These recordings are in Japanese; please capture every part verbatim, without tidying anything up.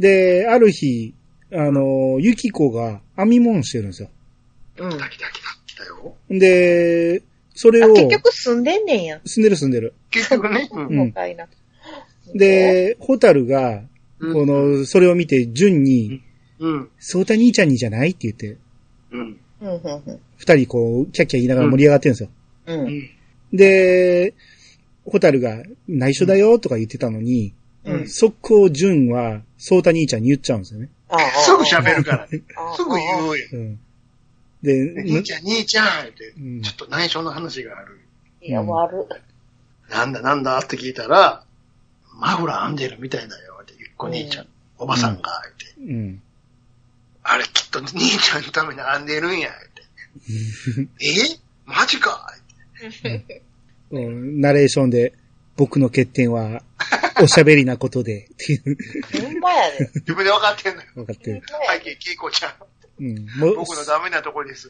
で、ある日、あの、ゆきこが編み物してるんですよ。 うん。来た来た来た来たよ。 で、それを。 結局住んでんねんや。 住んでる住んでる。 結局ね。 うん。 で、ホタルが、この、それを見て、純に、 うん。 ソータ兄ちゃんにじゃないって言って、 うん。 二人こう、キャッキャ言いながら盛り上がってるんですよ。 うん。で、 ホタルが内緒だよとか言ってたのに、うん、速攻純は、ソータ兄ちゃんに言っちゃうんですよね。 すぐ喋るからね。すぐ言うよ。うん、 で、 兄ちゃん、兄ちゃんって、うん、ちょっと内緒の話がある。 いや、悪。 なんだなんだって聞いたら、マフラー編んでるみたいだよって、ゆっこ兄ちゃん、うん、おばさんが、って、うん。あれきっと兄ちゃんのために編んでるんや、って。えマジかって、 うん。ナレーションで、僕の欠点は、おしゃべりなことで、っていう。 ほんまやね。 自分で分かってんのよ。 分かってる。 はい、キイコちゃん。 うん。 僕のダメなところです。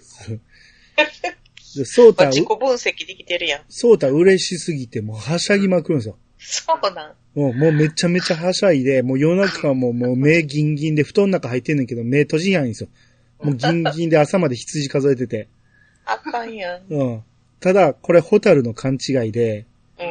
ソータ、 自己分析できてるやん。 ソータ嬉しすぎて、もうはしゃぎまくるんですよ。 そうなん。 もう、もうめちゃめちゃはしゃいで、もう夜中ももう目ギンギンで、布団の中入ってんねんけど、目閉じやんですよ。もうギンギンで朝まで羊数えてて。 あかんやん。 うん。ただ、これホタルの勘違いで、うん。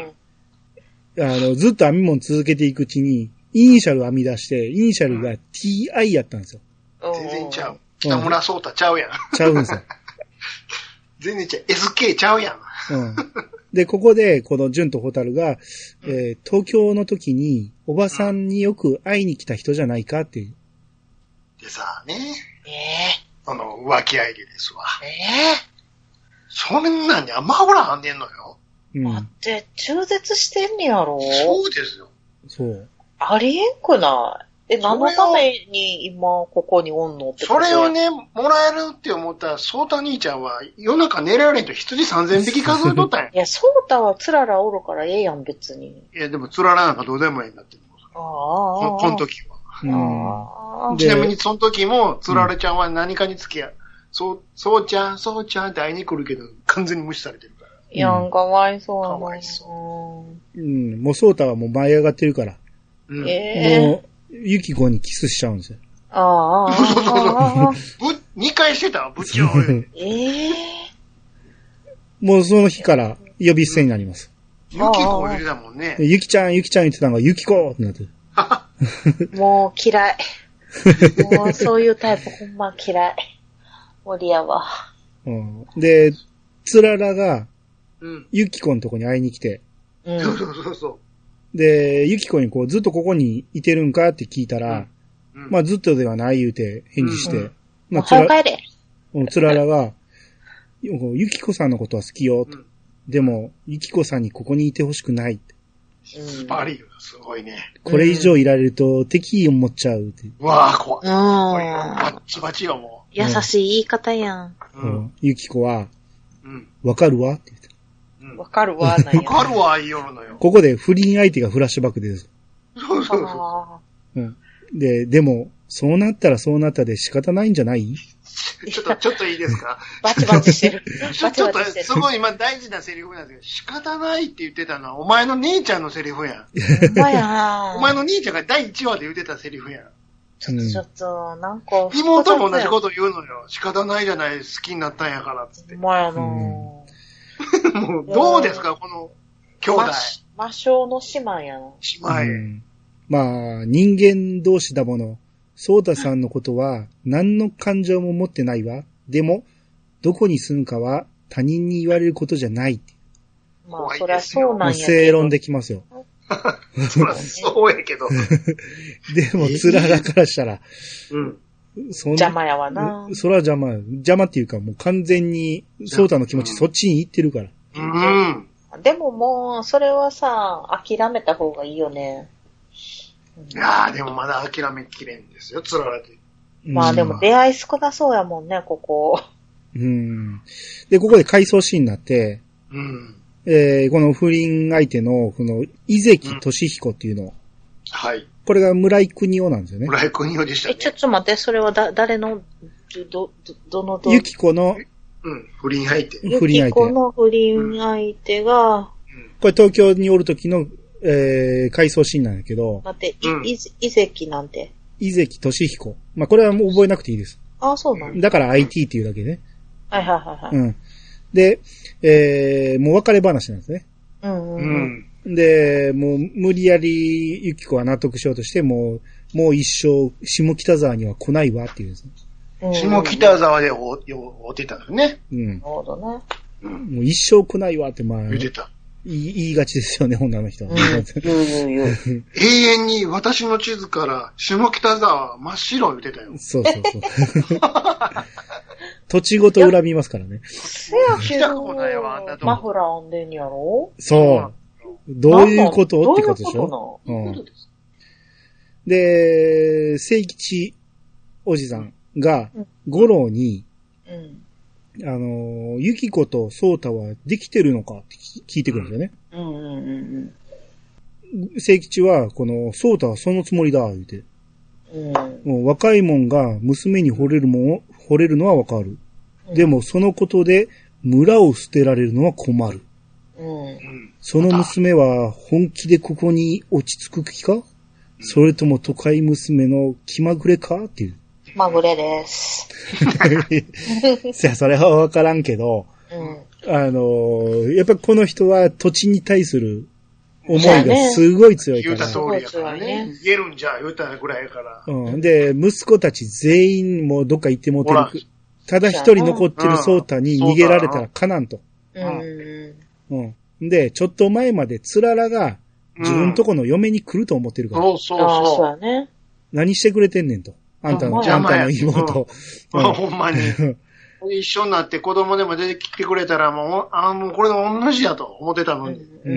あの、ずっと編み物続けていくうちに、イニシャル編み出して、イニシャルが ティーアイ やったんですよ。 全然ちゃう。北村聡太ちゃうやん。 ちゃうんですよ。 全然ちゃう。エスケー ちゃうやん。 うん。で、ここで、この純とホタルが、えー、東京の時に、おばさんによく会いに来た人じゃないかっていう。 でさ、ね。 ええー。その、浮気相手ですわ。 ええー。 そんなんにマフラー編んでんのよ。 うん。 だって、中絶してんねやろ。 そうですよ。 そう。 ありえんくない？え、何のために今ここにおんのってそれをね、もらえるって思ったソータ兄ちゃんは夜中寝られんと羊さんぜんびき数えとったんや。 いや、ソータはつららおるからええやん、別に。 いや、でもつららなんかどうでもええんだって。 ああ。 この時は。 うん、ちなみにその時も、つららちゃんは何かに付き合う。そう、そうちゃん、そうちゃんって会いに来るけど、完全に無視されてるから。 いやん、かわいそうな。かわいそう。うん、もうソータはもう舞い上がってるから。 うん、ええー。 もう、ユキコにキスしちゃうんですよ。 ああ。 そうそうそう。ぶ、二回してたぶっちゃう。 ええー。もうその日から呼び捨てになります。 ユキコ入れたもんね。 ユキちゃん、ユキちゃん言ってたのがユキコってなってる。 もう嫌い。もうそういうタイプほんま嫌い。無理やわ。 うん、で、つららが、 うん、 ユキコのとこに会いに来て。 うん、そうそうそうそう。 で、ユキコにこうずっとここにいてるんかって聞いたら、うんうん、まあずっとではない言うて返事して、うんうん、まあつら、つららが、ユキコさんのことは好きよ、うん、でも、ユキコさんにここにいてほしくない。 スパリーすごいね。 これ以上いられると敵意を持っちゃうって。 うわぁ、怖い。バッチバチよ、もう。優しい言い方やん。 うん。ユキコは、うん。わかるわって言って。 わかるわ、なんや。 わかるわ、言いよるのよ。 ここで不倫相手がフラッシュバックです。 そうそうそう。 うん。で、でも、そうなったらそうなったで仕方ないんじゃない？ ちょっと、ちょっといいですか？ バチバチしてる。 ちょっと、すごい今大事なセリフなんですけど、仕方ないって言ってたのは、お前の姉ちゃんのセリフやん。 ほんまやお前の兄ちゃんがだいいちわで言ってたセリフやん。 ちょっと、ちょっと、なんか。 妹も同じこと言うのよ。仕方ないじゃない、好きになったんやから、つって。 ほんまやなぁ。 もう、どうですか、この、兄弟。 魔性の姉妹やな。 姉妹。うん、 まあ、人間同士だもの。ソータさんのことは何の感情も持ってないわ。でも、どこに住むかは他人に言われることじゃない。 まあ、そりゃそうなんやけど。 正論できますよ。 そりゃそうやけど。 でも、つららからしたら、 うん。 そ邪魔やわな。 それは邪魔。邪魔っていうかもう完全に、ソータの気持ちそっちに行ってるから。 うんうん。でももう、それはさ、諦めた方がいいよね。 いやー、でもまだ諦めきれんですよ、つららで。 まあでも出会い少なそうやもんね、ここ。 うん。で、ここで回想シーンになって、 うん。 えー、この不倫相手の、この、伊関俊彦っていうの、うん。 はい。 これが村井邦夫なんですよね。 村井邦夫でしたね。 え、ちょっと待って、それはだ、誰の、ど、ど、どのど、 ゆきこの、 うん、不倫相手。 不倫相手。ゆきこの不倫相手が、うん、 これ東京におる時の、えー、回想シーンなんだけど。 待って、い、い、伊関なんて。 伊関俊彦。まあ、これはもう覚えなくていいです。 ああ、そうなんだ。だから アイティー っていうだけね。 はいはいはいはい。 うん。で、えー、もう別れ話なんですね。 うんうんうん。 で、もう無理やりユキコは納得しようとして、もう、もう一生下北沢には来ないわっていうんですね。 下北沢で会ってたのね。 うん。 なるほどね。 うん。 もう一生来ないわって、まあ。 言ってた。 言い、言いがちですよね、女の人は。 うん、言う言う言う。 永遠に私の地図から下北沢は真っ白言ってたよ。 そうそうそう。土地ごと恨みますからね。 せやけど、マフラー編んでんやろ？ そう。どういうことってことでしょ？ どういうことですか？ で、聖吉おじさんが、五郎に、うん、あの、ユキコとソータはできてるのかって聞いてくるんですよね。 うんうんうんうん。聖吉は、この、ソータはそのつもりだ、言うて。 うん、 もう若いもんが娘に惚れるもん、惚れるのはわかる。うん、でもそのことで村を捨てられるのは困る。うん、その娘は本気でここに落ち着く気か？それとも都会娘の気まぐれかっていう。 気まぐれです。 いや、それはわからんけど、うん、あの、やっぱこの人は土地に対する思いがすごい強いから。 言うた通りやからね。言えるんじゃ、言うたぐらいやから。 うん。で、息子たち全員もうどっか行ってもうてる。ただ一人残ってるソータに逃げられたらかなんと。うん。うん。で、ちょっと前までつららが自分とこの嫁に来ると思ってるから。 そうそうそう。 そうやね。 何してくれてんねんと。あんたの、あんたの妹。 ほんまに。一緒になって子供でも出てきてくれたらもう、あもうこれと同じやと思ってたのに。うん。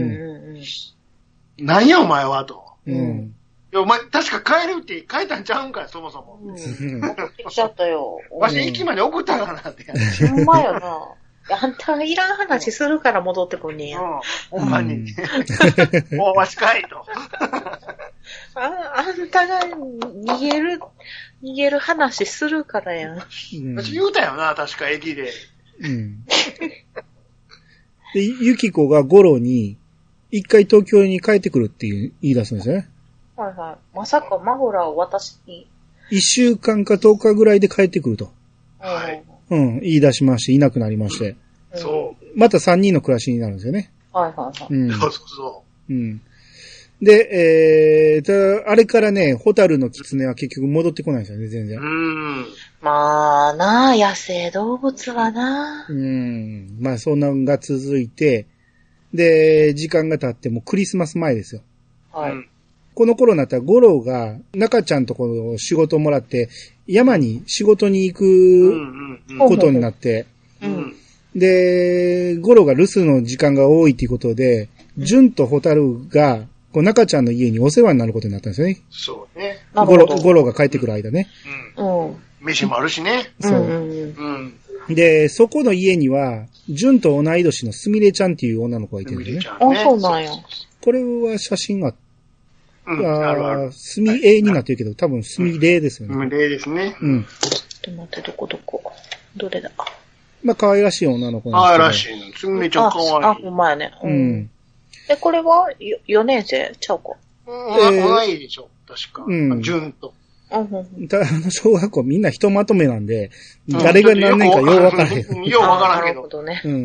なんやお前はと。うん。いやお前確か帰るって帰ったんちゃうんかいそもそも。うん。 来ちゃったよ。 わし駅まで送ったからなって。 ほんまよな。あんたがいらん話するから戻ってこんねんや。うん。 ほんまに。もうわしかいと。 あ、あんたが逃げる、逃げる話するからやん。 私言うたよな、確か駅で。うん。 で、ゆきこがゴロに、一回東京に帰ってくるっていう言い出すんですよね。 はいはい。まさかマフラーを私に。 一週間か十日ぐらいで帰ってくると。 はい。 うん、言い出しまして、いなくなりまして。 うん、そう。 また三人の暮らしになるんですよね。 はいはいはい。 うん。そうそうそう。 うん。で、えー、たあれからね、ホタルの狐は結局戻ってこないんですよね、全然。 うん。 まあなあ、野生動物はな。 うん。まあそんなのが続いて、で、時間が経ってもクリスマス前ですよ。 はい。 この頃になったらゴロが中ちゃんとこの仕事をもらって山に仕事に行くことになって、 うんうんうん、 で、ゴロが留守の時間が多いということで、ジュンとホタルがこう中ちゃんの家にお世話になることになったんですよね。 そうね。 ゴロ、ゴロが帰ってくる間ね。 うん。うん、飯もあるしね。 そう。うんうん、で、そこの家には、ジュンと同い年のスミレちゃんっていう女の子がいてるんですね。 あ、そうなんや。 これは写真が、 うん、あるある。 スミエになってるけど、多分スミレですよね。 スミレですね。 うん。ちょっと待って、どこどこ。どれだ。 まあ、可愛らしい女の子なんですけど。可愛らしいの。スミレちゃん可愛い。 あ、ほんまやね。 うん。 え、これはよねん生ちゃうか。 うん、同いでしょ。確か。うん。ジュンと。 ただ、あの小学校みんなひとまとめなんで、うん、誰が何年かようわからへん。 ようわからんけど。なるほどね。 うん。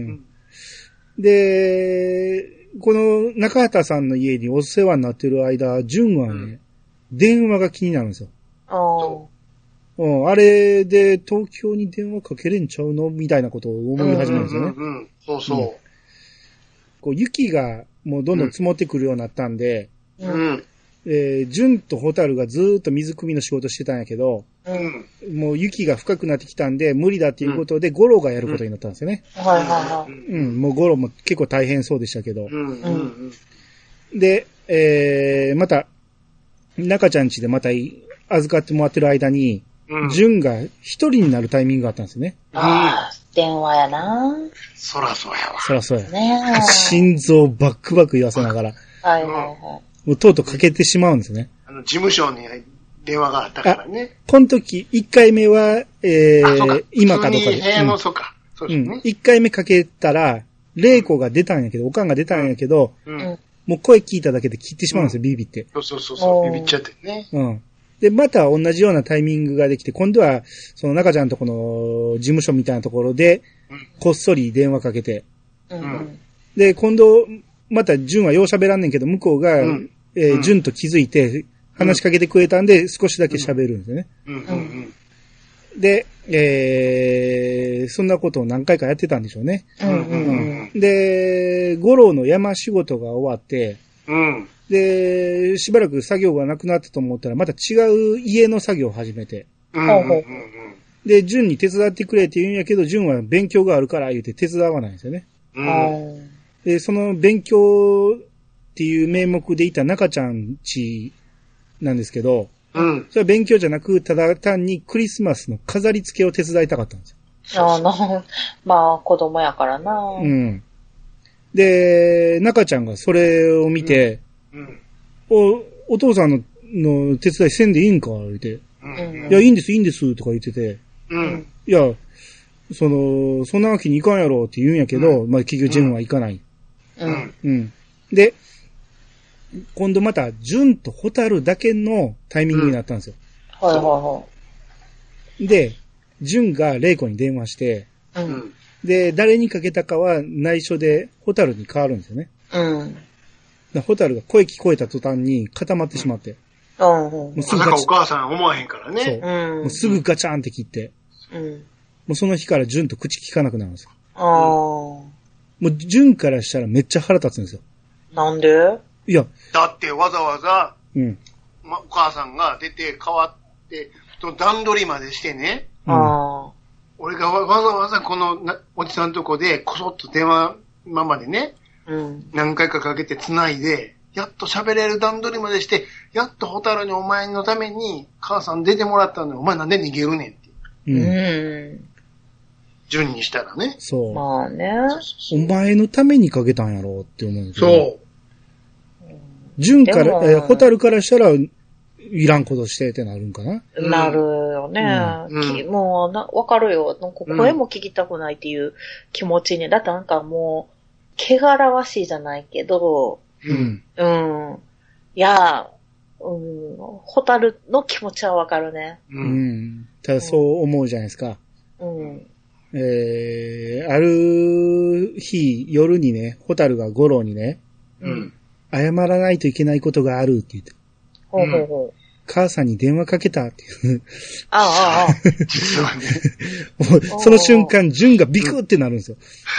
で、この中畑さんの家にお世話になってる間、純はね、うん、電話が気になるんですよ。 あうん。あれで東京に電話かけれんちゃうのみたいなことを思い始めるんですよね。 うんうんうん、そうそう。うん、 こう雪がもうどんどん積もってくるようになったんで、 うん。うんえー、純とホタルがずーっと水汲みの仕事してたんやけど、 うん、 もう雪が深くなってきたんで無理だっていうことで、うん、ゴロがやることになったんですよね。 はいはいはい。 うん、もうゴロも結構大変そうでしたけど。 うんうんうん、で、えー、また、中ちゃん家でまた預かってもらってる間に、うん、純が一人になるタイミングがあったんですよね。 ああ、電話やな。 そらそうやわ。 そらそうや。 ね心臓バックバック言わせながら。 はいはいはい。 もうとうとうかけてしまうんですね。 あの、事務所に電話があったからね。 この時、一回目は、えー、今かどうかで。 部屋の、そうか。そうですね。 一回目かけたら、玲子が出たんやけど、おかんが出たんやけど、 うん、 もう声聞いただけで切ってしまうんですよ、ビビって。 そうそうそうそう、ビビっちゃってね。 うん。 で、また同じようなタイミングができて、今度は、その中ちゃんとこの事務所みたいなところで、こっそり電話かけて、うん、で、今度、また純はよう喋らんねんけど、向こうが、うん、えー、純と気づいて、話しかけてくれたんで、少しだけ喋るんですよね。うんうんうんで、えー、そんなことを何回かやってたんでしょうね。うんうんうん、で、五郎の山仕事が終わって、うん、で、しばらく作業がなくなったと思ったら、また違う家の作業を始めて、うんうんうん、で、純に手伝ってくれって言うんやけど、純は勉強があるから言うて手伝わないんですよね。うん、で、その勉強っていう名目でいた中ちゃんちなんですけど、うん。それは勉強じゃなく、ただ単にクリスマスの飾り付けを手伝いたかったんですよ。 あの、まあ、子供やからな。 うん。で、中ちゃんがそれを見て、うん。お、お父さんの、の手伝いせんでいいんか言って、うん。いや、いいんです、いいんです、とか言ってて、うん。いや、その、そんなわけにいかんやろって言うんやけど、うん、まあ、結局、ジェンは行かない。うん。うん。で、今度また、純とホタルだけのタイミングになったんですよ。うん、はいはいはい。で、純がレイコに電話して、うん、で、誰にかけたかは内緒でホタルに変わるんですよね。うん。ホタルが声聞こえた途端に固まってしまって。うん。 もうすぐガチャン。お母さん思わへんからね。 そう。うん、もうすぐガチャンって切って。うん。もうその日から純と口聞かなくなるんですよ。ああ。もう純からしたらめっちゃ腹立つんですよ。 なんで？ いや。 だってわざわざ、うん。ま、お母さんが出て変わって、段取りまでしてね。うん。俺がわざわざこのなおじさんのとこでこそっと電話、今までね。うん。何回かかけて繋いで、やっと喋れる段取りまでして、やっとホタルにお前のために母さん出てもらったのに、お前なんで逃げるねんって。うん。うん。順にしたらね。 そう。 まあね。 お前のためにかけたんやろうって思うんですよ。そう。順から、えー、ホタルからしたら、いらんことしてってなるんかな？ なるよね。うん、もうな、わかるよ。なんか声も聞きたくないっていう気持ちに。だってなんかもう、汚らわしいじゃないけど、うん。うん。いや、うん、ホタルの気持ちはわかるね。 うん。ただそう思うじゃないですか。うん。えー、ある日、夜にね、ホタルが五郎にね、うん。謝らないといけないことがあるって言って。ほうほうほう。母さんに電話かけたっていう。ああ、ああ。実はね。その瞬間、純がビクってなるんですよ。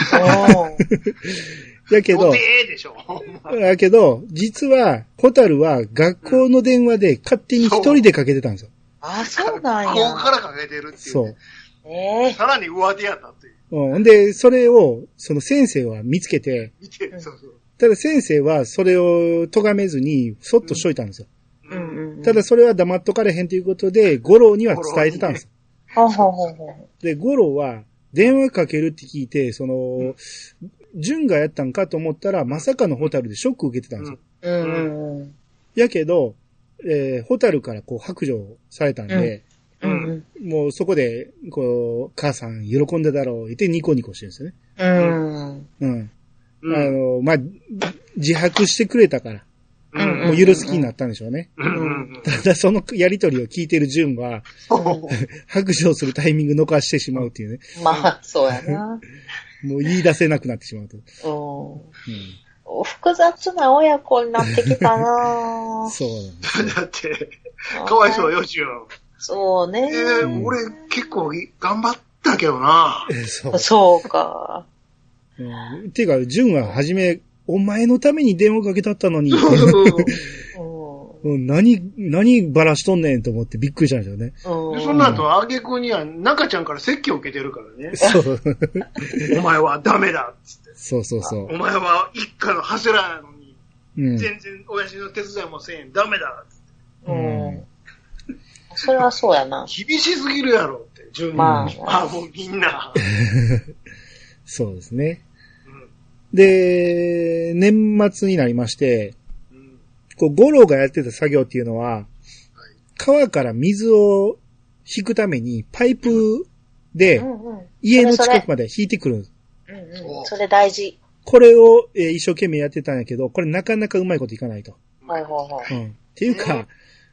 だけど、だけど、実は、ホタルは学校の電話で勝手に一人でかけてたんですよ。 ああ、そうなんや。 学校からかけてるっていう、ね。そう。ええー。さらに上手やったっていう。 うん。で、それを、その先生は見つけて、見て、そうそう。ただ先生はそれを咎めずに、そっとしといたんですよ。うんうんうん、ただそれは黙っとかれへんということで、五郎には伝えてたんですよ。で、五郎は電話かけるって聞いて、その、純がやったんかと思ったら、まさかのホタルでショックを受けてたんですよ。うんうんうん、やけど、えー、ホタルからこう白状されたんで、うんうん、もうそこで、こう、母さん喜んでだろう言ってニコニコしてるんですよね。うん。うん。うん、あの、まあ、自白してくれたから、うん、もう許す気になったんでしょうね。うん、ただそのやりとりを聞いてる純は、白状するタイミング逃してしまうっていうね。 まあ、そうやな。 もう言い出せなくなってしまうと。 うん、複雑な親子になってきたなそうなんですよ。 だって、かわいそうよ、純。 そうね。 えー、俺結構頑張ったけどな。 そう。そうか。 うん、ていうか、純ははじめ、お前のために電話かけたったのに。何、何ばらしとんねんと思ってびっくりしたんですよね。 その後、あげくには中ちゃんから説教を受けてるからね。そう。お前はダメだっつって。 そうそうそう。 お前は一家の柱なのに、うん、全然親父の手伝いもせん、ダメだっつって。うん。 それはそうやな。 厳しすぎるやろって、純に。まあ、あ、もうみんな。 そうですね。うん、で、年末になりまして、うん、こう、五郎がやってた作業っていうのは、はい、川から水を引くためにパイプで家の近くまで引いてくるんです。 うんうん、それ大事。 これを、えー、一生懸命やってたんやけど、これなかなかうまいこといかないと。はいはいはい。うん。っていうか、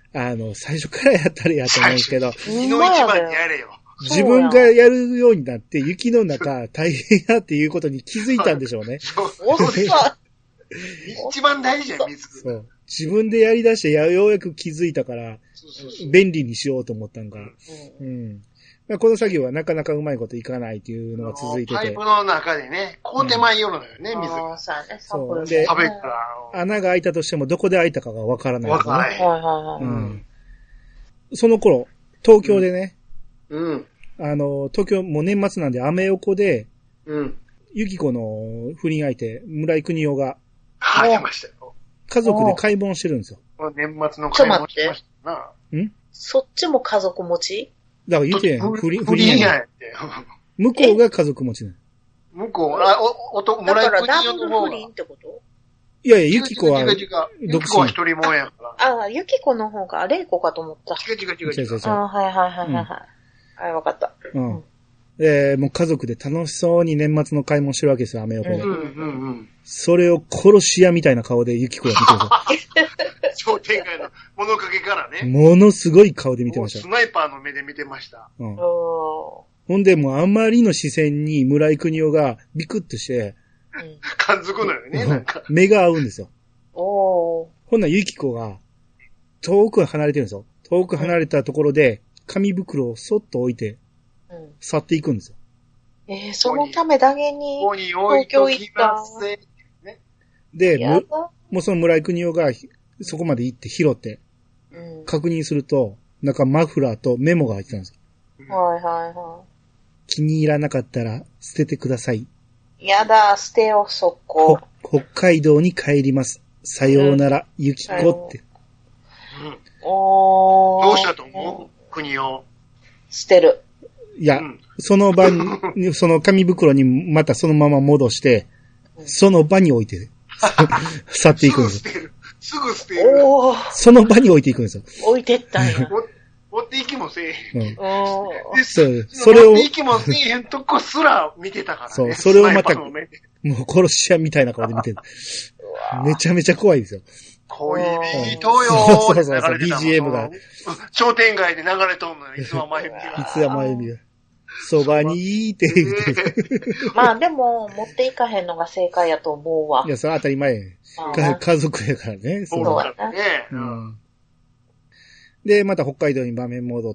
あの、最初からやったらやと思うんですけど。 日の一番にやれよ。 自分がやるようになって、雪の中大変やっていうことに気づいたんでしょうね。 そう。一番大事や、水くん。そう。 自分でやり出してやようやく気づいたから、そうそうそう便利にしようと思ったんが。うん。うんこの作業はなかなかうまいこといかないっていうのが続いてて。 パイプの中でね、こう手前よるのよね、うん、水が。 そう。で、穴が開いたとしてもどこで開いたかがわからない、ね。わからない。うん。その頃、東京でね、うん。あの、東京もう年末なんでアメ横で、うん。ゆきこの不倫相手、村井邦夫が、 はい、ましたよ。 家族で買い物してるんですよ。 年末の買い物しましたな。 んそっちも家族持ちだから言ってん不倫、不倫やん。向こうが家族持ちなの。向こう、あ、お、おと、もらい国のとこ不倫ってこといやいや、ゆきこは、 ゆきこは一人もんやから。 ああ、ゆきこの方が、れいこかと思った。 違う違う違う違う。 ああ、はいはいはいはい。はい、わかった。 うん。えもう家族で楽しそうに年末の買い物してるわけですよ、アメ横で。うんうんうん。それを殺し屋みたいな顔でゆきこが見てる。 商店街の物陰からね。 ものすごい顔で見てました。 スナイパーの目で見てました。うん。 ほんで、もうあまりの視線に村井邦夫がビクッとして、 うん、感づくのよね、なんか。 目が合うんですよ。おほんならゆきこが、遠く離れてるんですよ。遠く離れたところで、紙袋をそっと置いて、うん、去っていくんですよ。 えー、そのためだけに、東京行った。 で、もうその村井邦夫が、そこまで行って拾って、うん、確認すると、なんかマフラーとメモが入ってたんですよ。はいはいはい。 気に入らなかったら捨ててください。 やだ、捨てよ、そこ。 北海道に帰ります。さようなら、ゆきこって。 うん。おー。どうしたと思う国を。 捨てる。 いや、うん、その場に、その紙袋にまたそのまま戻して、うん、その場に置いて、去っていくんですよ。 すぐ捨てる。 おー。その場に置いていくんですよ。 置いてったんや。 持っていきもせえへん。うん、 でそう、それを。 持っていきもせえへんとこすら見てたからね。 そう、それをまた、もう殺し屋みたいな顔で見てる。めちゃめちゃ怖いですよ。 恋人よー。 そうそうそう、ビージーエム が。 商店街で流れとんのよ、いつはまゆみが。 いつはまゆみが。そばにいいって言って。 まあでも、持っていかへんのが正解やと思うわ。 いや、それは当たり前。家族やからね。 そうだね。うん。 で、また北海道に場面戻って、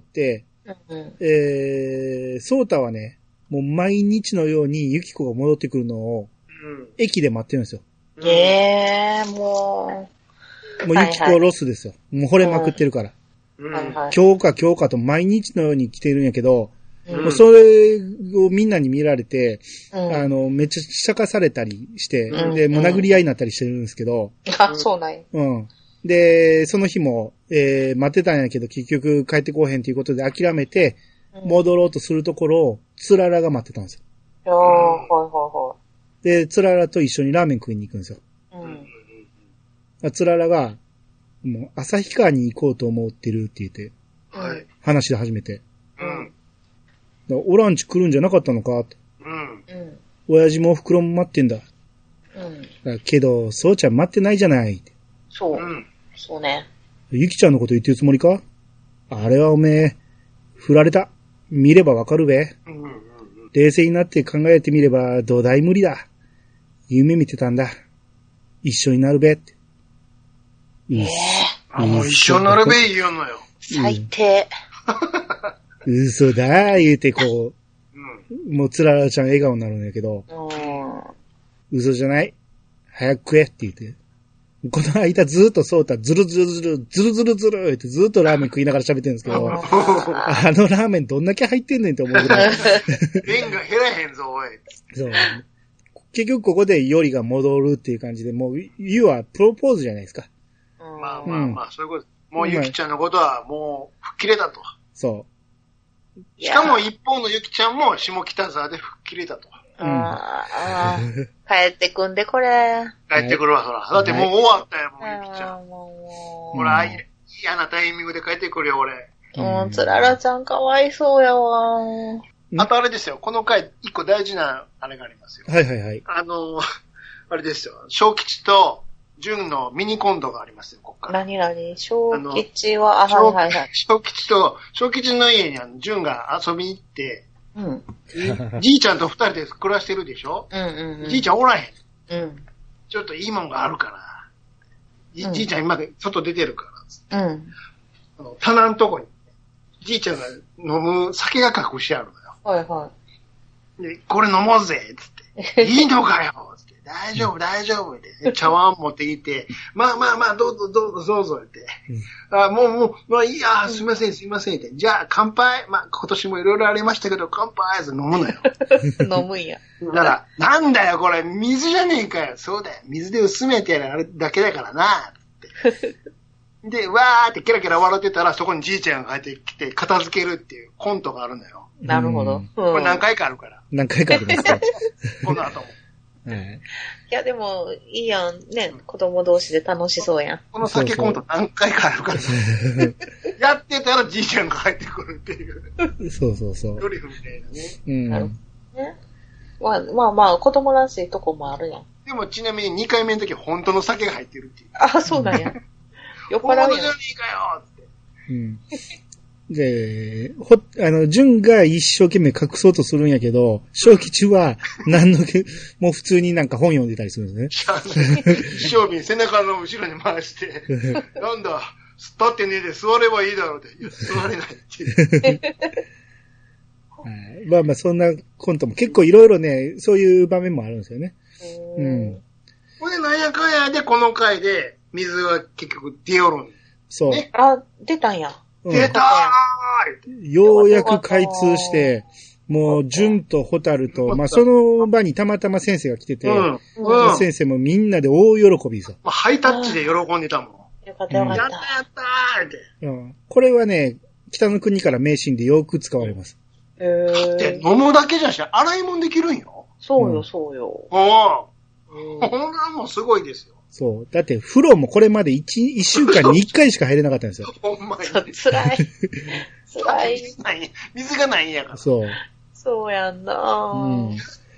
うん、えー、ソータはね、もう毎日のようにユキコが戻ってくるのを、うん、駅で待ってるんですよ。 えー、もう。もうユキコロスですよ。はいはい、もう惚れまくってるから。うん、今日か今日かと毎日のように来てるんやけど、うん、もうそれをみんなに見られて、うん、あの、めっちゃ下かされたりして、うん、で、もう殴り合いになったりしてるんですけど。 あ、そうなんや。 うん。で、その日も、えー、待ってたんやけど、結局帰ってこうへんということで諦めて、戻ろうとするところを、つららが待ってたんですよ。 ああ、はいはいはい。 で、つららと一緒にラーメン食いに行くんですよ。うん。つららが、もう、旭川に行こうと思ってるって言って、はい。話し始めて。うん。オランチ来るんじゃなかったのかって。うん。親父もお袋も待ってんだ。うん。だけど、そうちゃん待ってないじゃないって。 そう。うん。そうね。 ゆきちゃんのこと言ってるつもりか？あれはおめえ、振られた。見ればわかるべ。うんうんうん、冷静になって考えてみれば土台無理だ。夢見てたんだ。一緒になるべって。 ええー。あ、もう一緒になるべ言うのよ。 最低。 うん、嘘だ言うてこう、うん、もうつららちゃん笑顔になるんやけど、うん、嘘じゃない。早く食えって言って。この間ずーっとそうた、ずるずるずる、ずるずるずるってずーっとラーメン食いながら喋ってるんですけど、あのラーメンどんだけ入ってんねんって思うぐらい。 麺が減らへんぞ、おい。 そう。結局ここでヨリが戻るっていう感じで、もう、ユはプロポーズじゃないですか。 まあまあまあ、そういうこと。もうユキちゃんのことはもう吹っ切れたと。 そう。 しかも一方のユキちゃんも下北沢で吹っ切れたと。 うん、ああ、帰ってくんで、これ。 帰ってくるわ、そら。だってもう終わったよ、もう、ゆきちゃん。ほら、嫌なタイミングで帰ってくるよ、俺。 うん、つららちゃんかわいそうやわ。 あとあれですよ、この回、一個大事な、あれがありますよ。 はいはいはい。 あの、あれですよ、小吉と、 純のミニコントがありますよ、こっから。 何々小吉は、あ、はいはいはい。 小吉と、小吉の家にあの、純が遊びに行って、うん。じいちゃんと二人で暮らしてるでしょ。うんうんうん。じいちゃんおらへん。うん。ちょっといいもんがあるから。じ,、うん、じいちゃん今外出てるから、つって。うん。あの、棚のとこに、じいちゃんが飲む酒が隠してあるのよ。はいはい。で、これ飲もうぜつって。いいのかよつって。大丈夫、大丈夫って。茶碗持ってきて、まあまあまあ、どうぞどうぞどうぞって。うん、あもうもう、まあいいや、すいませんすいませんって。じゃあ乾杯。まあ今年もいろいろありましたけど、乾杯って飲むのよ。 飲むんや。 だから、なんだよこれ、水じゃねえかよ。そうだよ。水で薄めてやるあれだけだからな。って。で、わーってキラキラ笑ってたら、そこにじいちゃんが入ってきて、片付けるっていうコントがあるのよ。 なるほど。うん、 これ何回かあるから。 何回かありますかこの後も。 はい、いや、でも、いいやん。ね、うん、子供同士で楽しそうやん。 この酒コント何回かあるから。やってたらじいちゃんが入ってくるっていう。 そうそうそう。 ドリフみたいなね。 うん。なるほどね。まあまあまあ、子供らしいとこもあるやん。 でもちなみににかいめの時は本当の酒が入ってるっていう。 あ、そうなんや。酔っ払うやん。本当じゃねえかよって。 うん。で、ほ、あの、純が一生懸命隠そうとするんやけど、小吉は、何の、もう普通になんか本読んでたりするんですね。一生瓶背中の後ろに回して、なんだ、立ってねえで座ればいいだろうって。いや、座れないっていう。 はい、まあまあ、そんなコントも結構いろいろね、そういう場面もあるんですよね。うん。 ほんで、なんやかんやで、この回で、水は結局出よるん。 そう。 ね、あ、出たんや。 出たーようやく開通して、もう、純とホタルと、まあ、その場にたまたま先生が来てて、うんうん、先生もみんなで大喜びですよ。 ハイタッチで喜んでたもん。 よかったよかった。 やったやったーって。 うん。これはね、北の国から名シーンでよく使われます。 へー。だって飲むだけじゃし、洗い物できるんよ。 そうよ、そうよ。 うん。ああ。こんなんもすごいですよ。 そう。だって、風呂もこれまで一、一週間に一回しか入れなかったんですよ。 ほんまに。 つらい。つらい。 水ない、水がないんやから。 そう。 そうやんなぁ。うん。うん。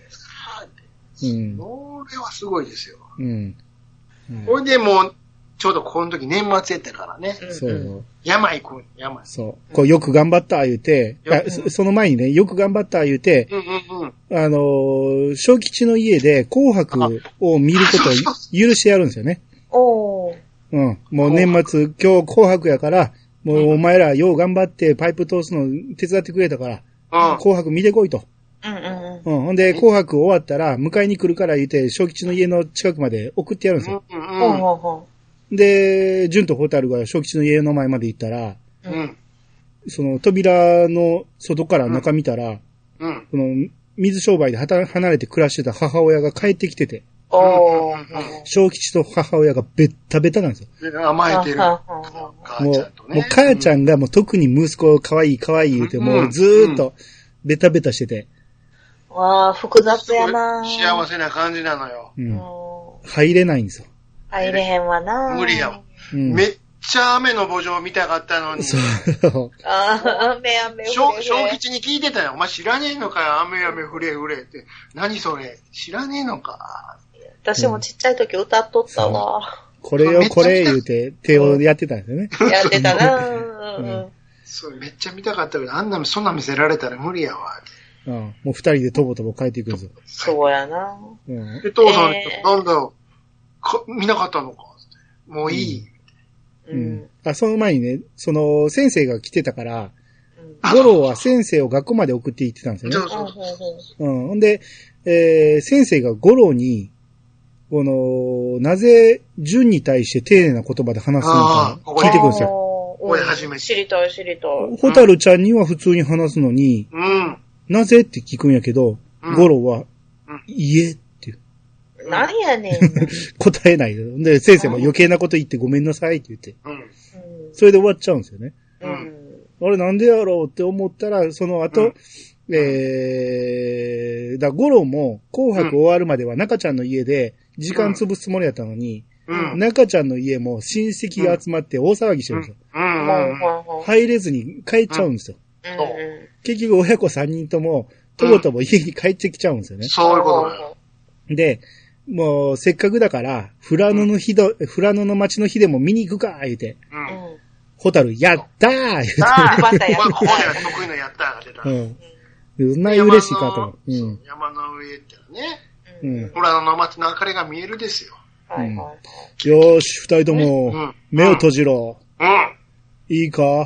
これはすごいですよ。 うん。 ほ、うん、いでもう、ちょうどこの時年末やったからね。 そう。 山行くん、山。 そう。こうよく頑張った言うて、うん、そ, その前にね、よく頑張った言うて、うんうんうん、あのー、小吉の家で紅白を見ることを許してやるんですよね。 おー。 うん。もう年末、今日紅白やから、もうお前らよう頑張ってパイプ通すの手伝ってくれたから、うん、紅白見てこいと。 うんうんうん。 うん。ほんで、紅白終わったら、迎えに来るから言うて、小吉の家の近くまで送ってやるんですよ。うんうんうん。ほうほうで、純とホタルが小吉の家の前まで行ったら、うん、その扉の外から中見たら、うん、その水商売で離れて暮らしてた母親が帰ってきてて、うん、小吉と母親がベッタベタなんですよ。甘えてる。もう、もう母ちゃんがもう特に息子可愛い可愛い言うて、もうずーっとベタベタしてて。 わあ、複雑やな。 幸せな感じなのよ。 うん。入れないんですよ。 入れへんわな。 無理やわ、うん。めっちゃ雨の墓場見たかったのに。 そう。 ああ、雨雨降れ。小吉に聞いてたよ。お前知らねえのかよ。雨雨降れ降れって。何それ。知らねえのか。 私もちっちゃい時歌っとったわ。 うん、これよこれ言うて手をやってたんですよね。 やってたな、うん。 そう、めっちゃ見たかったけど、あんなそんな見せられたら無理やわ。 うん。もう二人でとぼとぼ帰っていくんですよ。 そうやな。 うん。で、父さん、えー、なんだよ。か見なかったのかってもういい、 うん。うん。あ、その前にね、その、先生が来てたから、五郎は先生を学校まで送って行ってたんですよね。そうそうそう。うん。ほんで、えー、先生が五郎に、この、なぜ、純に対して丁寧な言葉で話すのか聞いてくるんですよ。 これ初めて。 知りたい知りたい。 ホタルちゃんには普通に話すのに、うん。なぜって聞くんやけど、五郎は、いえ、 何やねん。 答えない。で、先生も余計なこと言ってごめんなさいって言って。うん。それで終わっちゃうんですよね。うん。あれなんでやろうって思ったら、その後、うん、えー、だ、ゴロも紅白終わるまでは中ちゃんの家で時間潰すつもりだったのに、うん、中ちゃんの家も親戚が集まって大騒ぎしてるんですよ。うん。入れずに帰っちゃうんですよ。うん。結局親子さんにんとも、とぼとぼ家に帰ってきちゃうんですよね。 そういうことだよ。 で、 もう、せっかくだから、富良野の日ど、富良野の町の日でも見に行くか、言うて。うん。ホタル、やったー言うて。 ああ、またやったー。ここでは得意のやったーが出た。うん。 そんなに嬉しいかと。 うん。山の上ってね。うん。富良野の町の明かりが見えるですよ。 はいはい。よーし、二人とも、目を閉じろ。うん。いいか、うん、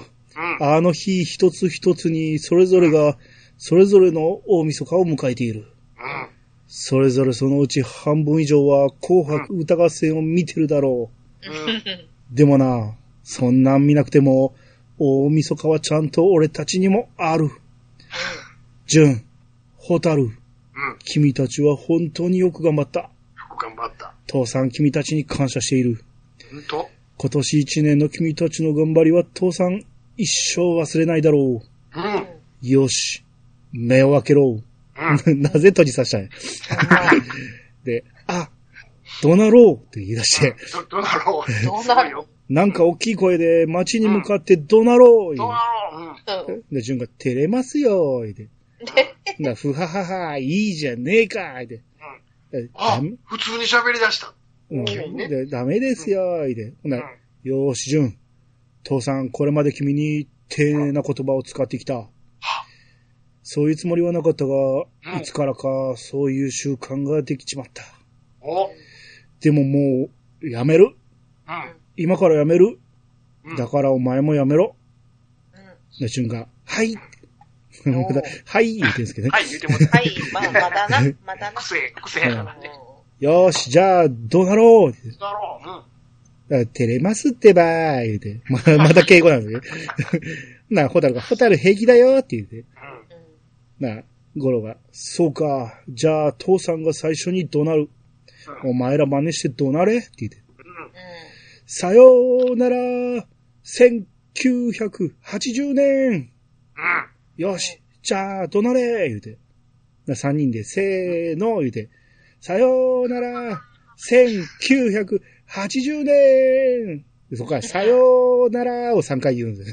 あの日一つ一つにそれぞれが、それぞれの大晦日を迎えている。うん。それぞれそのうち半分以上は紅白歌合戦を見てるだろう。うん。でもな、そんなん見なくても、大晦日はちゃんと俺たちにもある。純、ホタル、うん、君たちは本当によく頑張った。よく頑張った。 父さん君たちに感謝している。 本当？ 今年一年の君たちの頑張りは父さん一生忘れないだろう。うん。よし、目を開けろ。うん、なぜ閉じさせたんや。で、あ、どなろうって言い出して。 ど、どなろう。 どなろう。 なんか大きい声で街に向かってどなろう。 どなろう。うん。で、順が照れますよ。言って。な、ふははは、いいじゃねえか。言って。 うん。あ、普通に喋り出した。 うん。ね、でダメですよ。言って。ほんな、よーし、順。父さん、これまで君に丁寧な言葉を使ってきた。そういうつもりはなかったが、うん、いつからかそういう習慣ができちまった。おでももう、やめる。うん、今からやめる。うん、だからお前もやめろ。うん、順が、はい。はい、言ってんですけどね。 はい、言ってもらった。 はい、まあ、まだな、まだな。 癖、癖やからね。 よーし、じゃあ、どうなろう。 どうなろう。うん。 照れますってばー、言うて。ま, また敬語なんですね。な、ホタルが、ホタル平気だよって言うて。うん、な、ゴロが、そうか、じゃあ父さんが最初に怒鳴る。うん、お前ら真似して怒鳴れって言って。うん、さようなら、せんきゅうひゃくはちじゅうねん。うん、よし、じゃあ怒鳴れ言うて。さんにんで、せーの言うて。さようなら、せんきゅうひゃくはちじゅうねん。そこから、さようならをさんかい言うんです。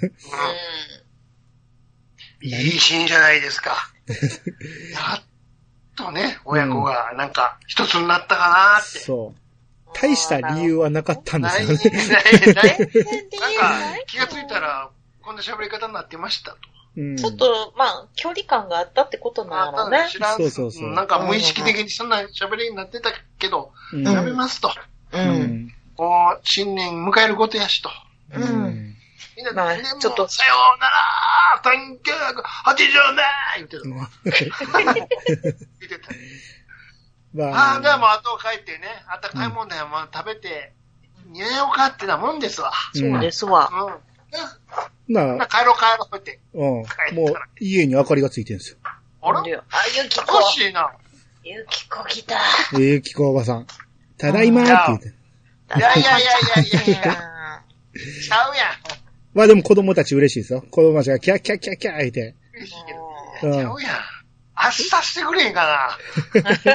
うん、いいシーンじゃないですか。やっとね、親子がなんか一つになったかなって。 そう。大した理由はなかったんですよね。 ない、ない、ない。なんか気がついたら、こんな喋り方になってましたと。 うん、ちょっと、まあ、距離感があったってことなのね。 知らん。そうそうそう。なんか無意識的にそんな喋りになってたけど、うん、やめますと。うん。もう、新年迎えることやしと。うん。みんな、まあ、ちょっと、さようならせんきゅうひゃくはちじゅうねん言ってたの。言ってた。まあ、ああ、じゃあもう後帰ってね、あったかいもんだよ、まあ食べて、寝ようかってなもんですわ。 そうですわ。うん。 なあ、帰ろう帰ろうって。 うん。もう、家に明かりがついてるんですよ。 あれあ、ゆきこ。 欲しいな。 ゆきこ来た。 ゆきこおばさん。ただいまーって言って。 いやいやいやいやいやいや。ちゃうやん。 まあでも子供たち嬉しいですよ。子供たちがキャッキャッキャッキャッ言って。 嬉しいけど。ちゃうやん。あっさしてくれへんかな。今日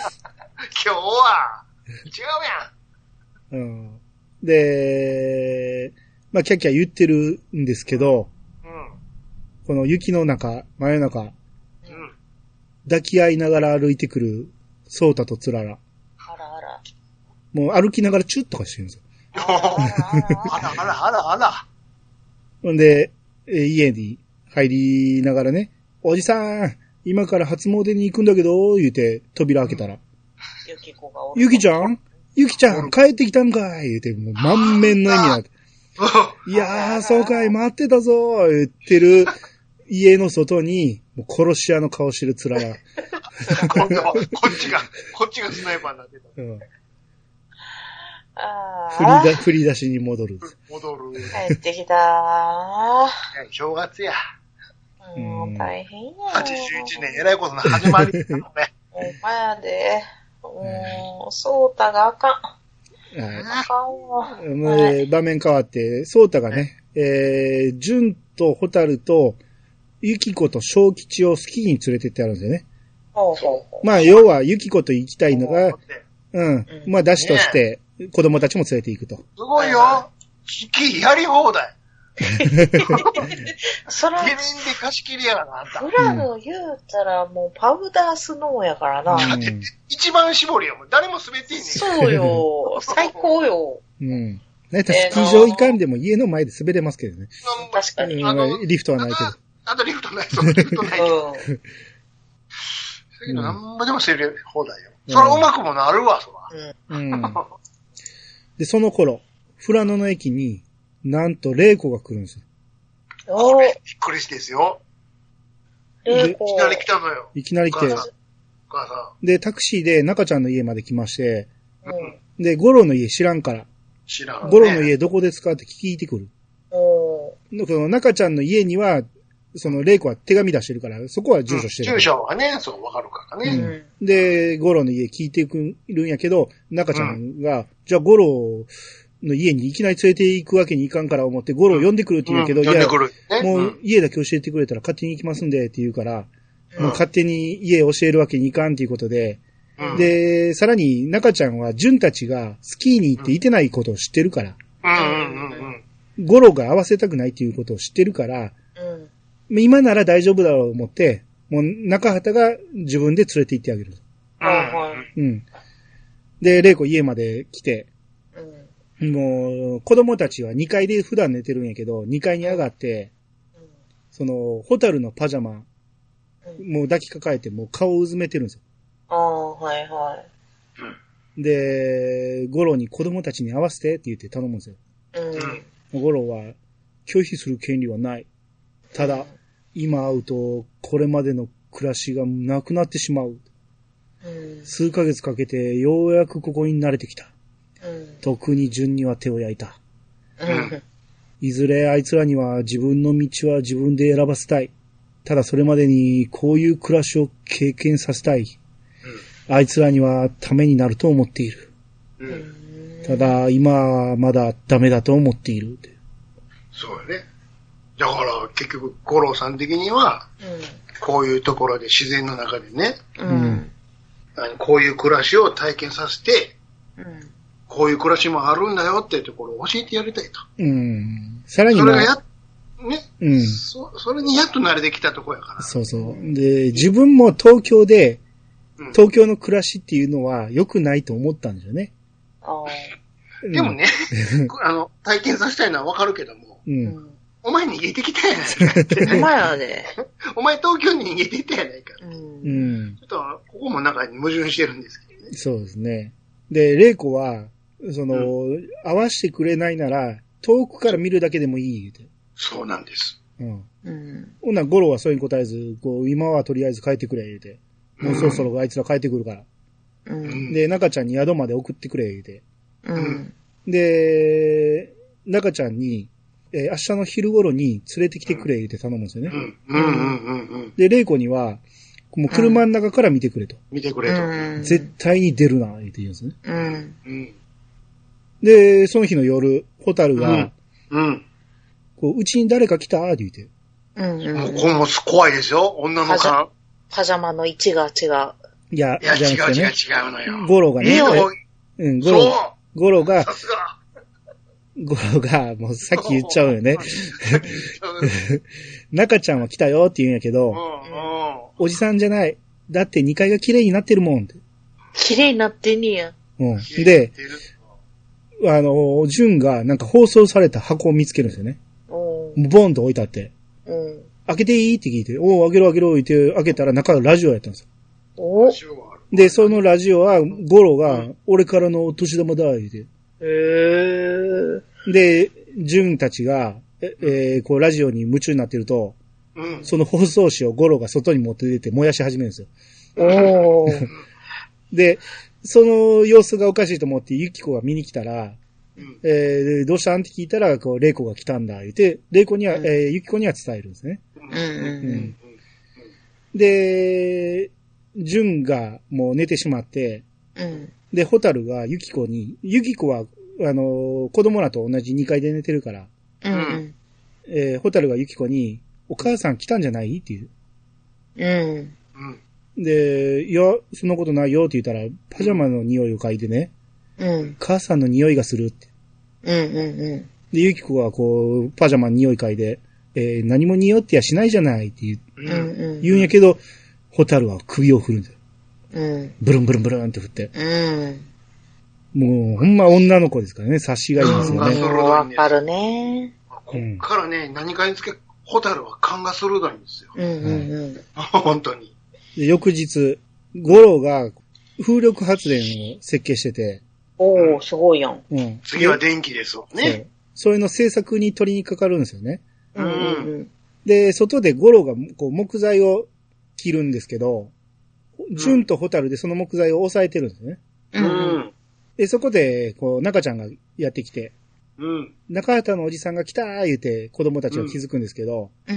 は。違うやん。うん。 で、まあキャッキャ言ってるんですけど、うん、この雪の中、真夜中、うん、抱き合いながら歩いてくるソータとツララ。 あらあら。 もう歩きながらチュッとかしてるんですよ。 あらあらあらあら。 ほんで、え家に入りながらね、おじさん、今から初詣に行くんだけど、言うて扉開けたら。 ゆきこがおる。ゆきちゃんゆきちゃん帰ってきたんかい言うて、もう満面の笑みになって。いやー、そうかい、待ってたぞ言ってる家の外に、もう殺し屋の顔してるつらら。 今度は、こっちが、こっちがスナイパーになってた。うん。 あ振りだ、振り出しに戻る。 戻る。 帰ってきたー。 正月や。 もう大変や。 はちじゅういちねん、えらいことの始まりだのね。 ほんまやで。もう、ソータがあかん。はい。あかんわ。 はい、場面変わって、ソータがね、えー、ジュンとホタルと、ユキコと小吉をスキーに連れてってあるんですよね。 ほうほうほう。 まあ、要はユキコと行きたいのが、うん。まあ、出しとして、子供たちも連れて行くと。すごいよ。スキーやり放題。 そら、 ゲレンデ貸し切りやがな、あんた。 フラの言うたらもうパウダースノーやからな。 だって一番絞りやもん。誰も滑っていいねん。 そうよ。最高よ。 うん。だいたいスキー場行かんでも家の前で滑れますけどね。 確かに。 うん、リフトはないけど。 あとリフトない、そう、リフトないけど。うん。そういうの何ぼでも滑れ放題よ。そらうまくもなるわ、そら。うん。 で、その頃、富良野の駅に、なんと、玲子が来るんですよ。 おー。びっくりしてですよ。 玲子。 いきなり来たのよ。 いきなり来て。お母さん。で、タクシーで中ちゃんの家まで来まして、うん、で、五郎の家知らんから。 知らん、ね。 五郎の家どこですかって聞いてくる。 おー。 その中ちゃんの家には、その、玲子は手紙出してるから、そこは住所してる、 うん。住所はね、そう、わかるからね。 うん。で、五郎の家聞いてくるんやけど、中ちゃんが、うん、じゃあ五郎の家にいきなり連れて行くわけにいかんから思って、五郎呼んでくるって言うけど、うん、いや、ね、もう家だけ教えてくれたら勝手に行きますんでって言うから、うん、もう勝手に家教えるわけにいかんっていうことで、うん、で、さらに中ちゃんは純たちがスキーに行っていてないことを知ってるから、五郎が合わせたくないっていうことを知ってるから、うん今なら大丈夫だろうと思って、もう中畑が自分で連れて行ってあげる。うん。うん。で、玲子家まで来て、うん、もう子供たちはにかいで普段寝てるんやけど、にかいに上がって、うん、その、ホタルのパジャマ、うん、もう抱きかかえて、もう顔をうずめてるんですよ。 ああ、はいはい。 で、五郎に子供たちに合わせてって言って頼むんですよ。うん。五郎は、拒否する権利はない。ただ、今会うと、これまでの暮らしがなくなってしまう。うん、数ヶ月かけて、ようやくここに慣れてきた。うん、特に順には手を焼いた。うん、いずれあいつらには自分の道は自分で選ばせたい。ただそれまでに、こういう暮らしを経験させたい。うん、あいつらにはためになると思っている。うん、ただ、今はまだダメだと思っている。 そうよね。だから結局五郎さん的には、うん、こういうところで自然の中でね、うん、こういう暮らしを体験させて、うん、こういう暮らしもあるんだよっていうところを教えてやりたいと。うん、 さらにそれがや、ね、うん、そ、それにやっと慣れてきたところやから。 そうそう。で、自分も東京で、うん、東京の暮らしっていうのは良くないと思ったんですよね。 あでもね、あの、体験させたいのはわかるけども、うんお前逃げてきたやないか。 お前はね。 お前東京に逃げていったやないか。うん。ちょっと、ここもなんか矛盾してるんですけどね。 そうですね。で、玲子は、その、うん、合わせてくれないなら、遠くから見るだけでもいい言うて。 そうなんです。うん。 うん。ほんなら、ゴロはそれに答えず、こう、今はとりあえず帰ってくれ言うて。もうそろそろあいつら帰ってくるから。うん。で、中ちゃんに宿まで送ってくれ言うて。うん。で、中ちゃんに、えー、明日の昼頃に連れてきてくれって頼むんですよね。うんうんうんうん、で、玲子には、もう車の中から見てくれと。 見てくれと。 絶対に出るな、って言うんですね。うんうん、で、その日の夜、ホタルが、うん、こう、うちに誰か来たって言って。 うんうん、もうこれも怖いですよ、女の勘。 パジャマの位置が違う。 いや、 いや違う違う違うのよ。 ゴロがね。 うん、 ゴロ、ゴロが、さすが。ゴロが、もうさっき言っちゃうよね。中ちゃんは来たよって言うんやけど、うんうん、おじさんじゃない。だってにかいが綺麗になってるもんって。 綺麗になってんねや。 うん。で、あの、ジュンがなんか包装された箱を見つけるんですよね。ボンと置いてあって。うん。開けていいって聞いて、おー、開けろ開けろ置いて、開けたら中がラジオやったんですよ。おで、そのラジオは、ゴロが、俺からのお年玉だ、言うて。へー。で、ジュンたちが、え、えー、こう、ラジオに夢中になってると、うん、その放送紙をゴロが外に持って出て燃やし始めるんですよ。おー。で、その様子がおかしいと思って、ユキコが見に来たら、うん、えー、どうしたんって聞いたら、こう、レイコが来たんだ、言って、レイコには、うん、えー、ユキコには伝えるんですね。うんうんうんうん、で、ジュンがもう寝てしまって、うん、で、ホタルがユキコに、ユキコは、あのー、子供らと同じにかいで寝てるから、うんうんえー、ホタルがユキコに、お母さん来たんじゃないっていう。うん。で、いや、そんなことないよって言ったら、パジャマの匂いを嗅いでね、うん。母さんの匂いがするって。うんうんうん。 で、ゆきこはこう、パジャマに匂い嗅いで、えー、何も匂ってやしないじゃないって言う、うんうん、言うんやけど、ホタルは首を振るんだよ。うん。ブルンブルンブルンって振って。うん。もう、ほんま女の子ですからね、察しがいいんですよね。 わかるね。 こっからね、何かにつけ、ホタルは勘が鋭いんですよ。うんうんうん。本当に。 で翌日、ゴロが風力発電を設計してて。 おー、すごいやん。 うん。次は電気ですわね。 それの製作に取りにかかるんですよね。うんうんうん。で、外でゴロがこう木材を切るんですけど、ジュンとホタルでその木材を押さえてるんですね。うん。で、そこで、こう、中ちゃんがやってきて、うん。中畑のおじさんが来たー言うて子供たちは気づくんですけど、うん。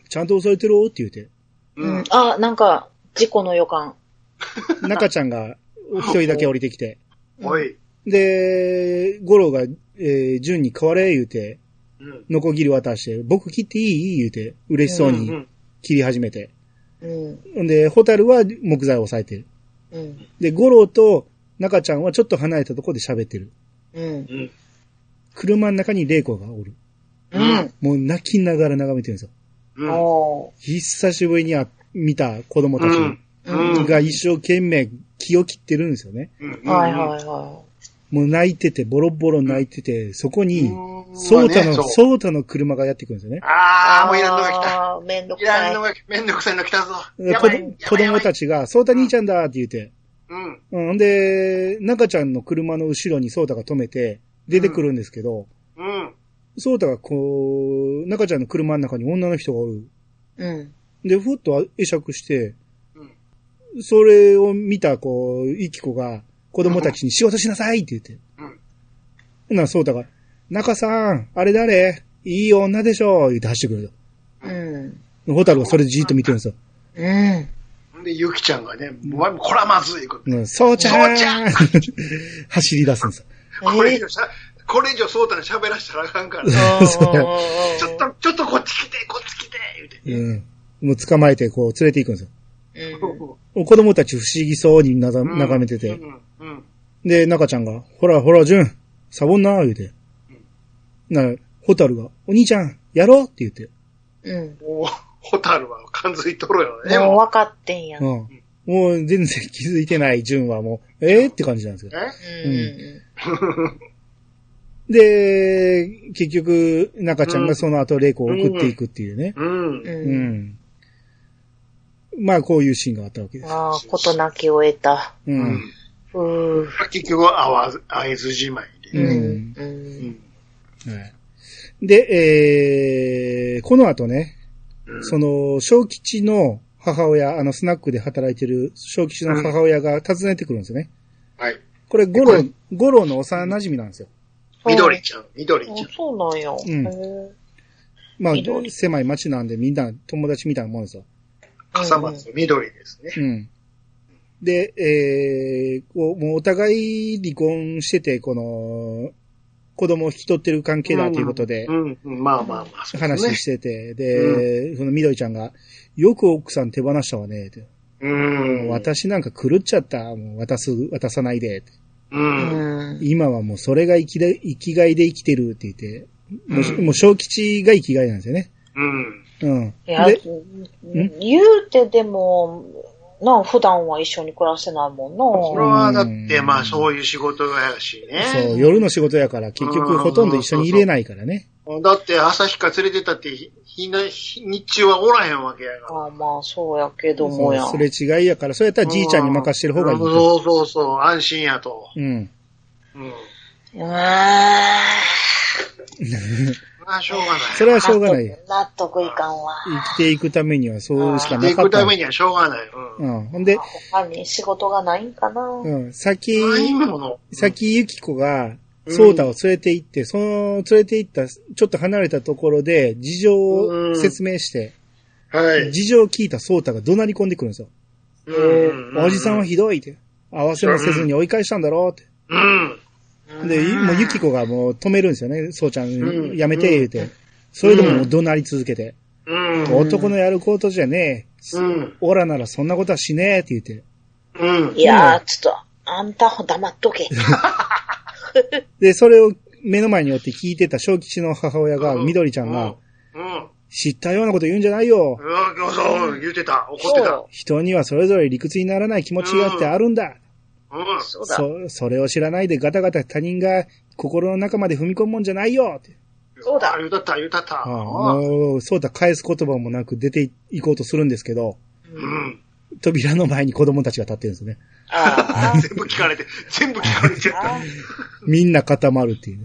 ちゃんと押さえてろーって言うて。 うん。あ、なんか、事故の予感。 中ちゃんが一人だけ降りてきて。おい。で、ゴロが、えー、ジュンに変われ言うて、うん。ノコギリ渡して、僕切っていい言うて、嬉しそうに切り始めて。うん。で、ホタルは木材を押さえてる。うん。で、ゴロと中ちゃんはちょっと離れたところで喋ってる。うん。車の中にレイコがおる。うん。もう泣きながら眺めてるんですよ。うん。久しぶりに見た子供たちが一生懸命気を切ってるんですよね。うん。はいはいはい。もう泣いてて、ボロボロ泣いてて、そこに、ソータの、ソータの車がやってくるんですよね。 ああ、もういらんのが来た。 めんどくさい。 いらんのが、めんどくさいの来たぞ。 子供たちが、ソータ兄ちゃんだって言って。うん。うん。で、中ちゃんの車の後ろにソータが止めて、出てくるんですけど、うん。ソータがこう、中ちゃんの車の中に女の人がおる。うん。で、ふっと会釈して、うん。それを見た、こう、イキコが、子供たちに仕事しなさいって言って。うん。な、ソータが、中さん、あれ誰いい女でしょ言って走ってくると。うん。ホタルがそれじーっと見てるんですよ。 うん。で、ユキちゃんがね、もう、こらまずいこと。 うん、そうちゃんそうちゃん走り出すんですよ。 これ以上しゃ、これ以上ソータに喋らしたらあかんから。ちょっと、ちょっとこっち来て、こっち来て言うて。うん。もう捕まえて、こう、連れて行くんですよ。うん。子供たち不思議そうになざ、眺めてて。うん。うん。で、中ちゃんが、ほらほら、ジュン、サボんな、言うて。うん。な、ホタルが、お兄ちゃん、やろうって言って。 うん。おホタルは感づいとるよね。もう分かってんやん。うん。 もう全然気づいてないジュンはもう、えー、って感じなんですよ。えうん。で、結局、中ちゃんがその後、レイコを送っていくっていうね。うん。うん。うんまあ、こういうシーンがあったわけです。 ああ、ことなきを得た。うん。 うん。結局は会わず、会えずじまいで。うん。うん。 はい。で、えー、この後ね、うん、その、小吉の母親、あの、スナックで働いてる小吉の母親が訪ねてくるんですよね。うん、はい。これ、ゴロ、ゴロの幼馴染なんですよ。 みどりちゃん、みどりちゃん。 そうなんや。うん。 まあ、狭い町なんでみんな友達みたいなもんですよ。 笠松みどりですね。うん。 で、えー、こう、もうお互い離婚してて、この、子供を引き取ってる関係だということで、うん、うん、まあまあまあ、話してて、で、そのみどりちゃんが、よく奥さん手放したわね、って。うん。私なんか狂っちゃった、もう渡す、渡さないで、って。うん。今はもうそれが生きで、生きがいで生きてるって言って、もう、うん、もう小吉が生きがいなんですよね。うん。 うん。いや、言うてでも、な、普段は一緒に暮らしてないもんな。 それはだって、まあそういう仕事やしね。 そう、夜の仕事やから結局ほとんど一緒にいれないからね。 だって朝日か連れてったって日な、日中はおらへんわけやから。 ああまあそうやけどもや。 すれ違いやから、そうやったらじいちゃんに任してる方がいい。 そうそうそう、安心やと。うん。うん。 ああ、しょうがない。 それはしょうがない。 納得いかんわ。 生きていくためにはそうしかなかった。生きていくためにはしょうがない。 うん。うん。ほんで、 他に仕事がないんかな。 うん。先、先ゆきこが、ソータを連れて行って、うん、その、連れて行った、ちょっと離れたところで、事情を説明して、うん、はい。事情を聞いたソータが怒鳴り込んでくるんですよ。うん。おじさんはひどいって。合わせもせずに追い返したんだろうって。うん。で、もうゆきこがもう止めるんですよね。そうちゃん、うん、やめて、言うて、うん。それでももう怒鳴り続けて。うん、男のやることじゃねえ。うん、オラならそんなことはしねえって言って。 うん、いやー、ちょっと、あんた黙っとけ。 で、それを目の前におって聞いてた小吉の母親が、みどりちゃんが、うん。知ったようなこと言うんじゃないよ。 うん、そう、言ってた。怒ってた。 人にはそれぞれ理屈にならない気持ちがあってあるんだ。 うん、うん、 そうだ。そ、それを知らないでガタガタ他人が心の中まで踏み込むもんじゃないよって。 そうだ。言うたった、言うたった。ああもう、そうだ、返す言葉もなく出ていこうとするんですけど、うん。扉の前に子供たちが立ってるんですね。 ああ。全部聞かれて、全部聞かれちゃった。 みんな固まるっていうね。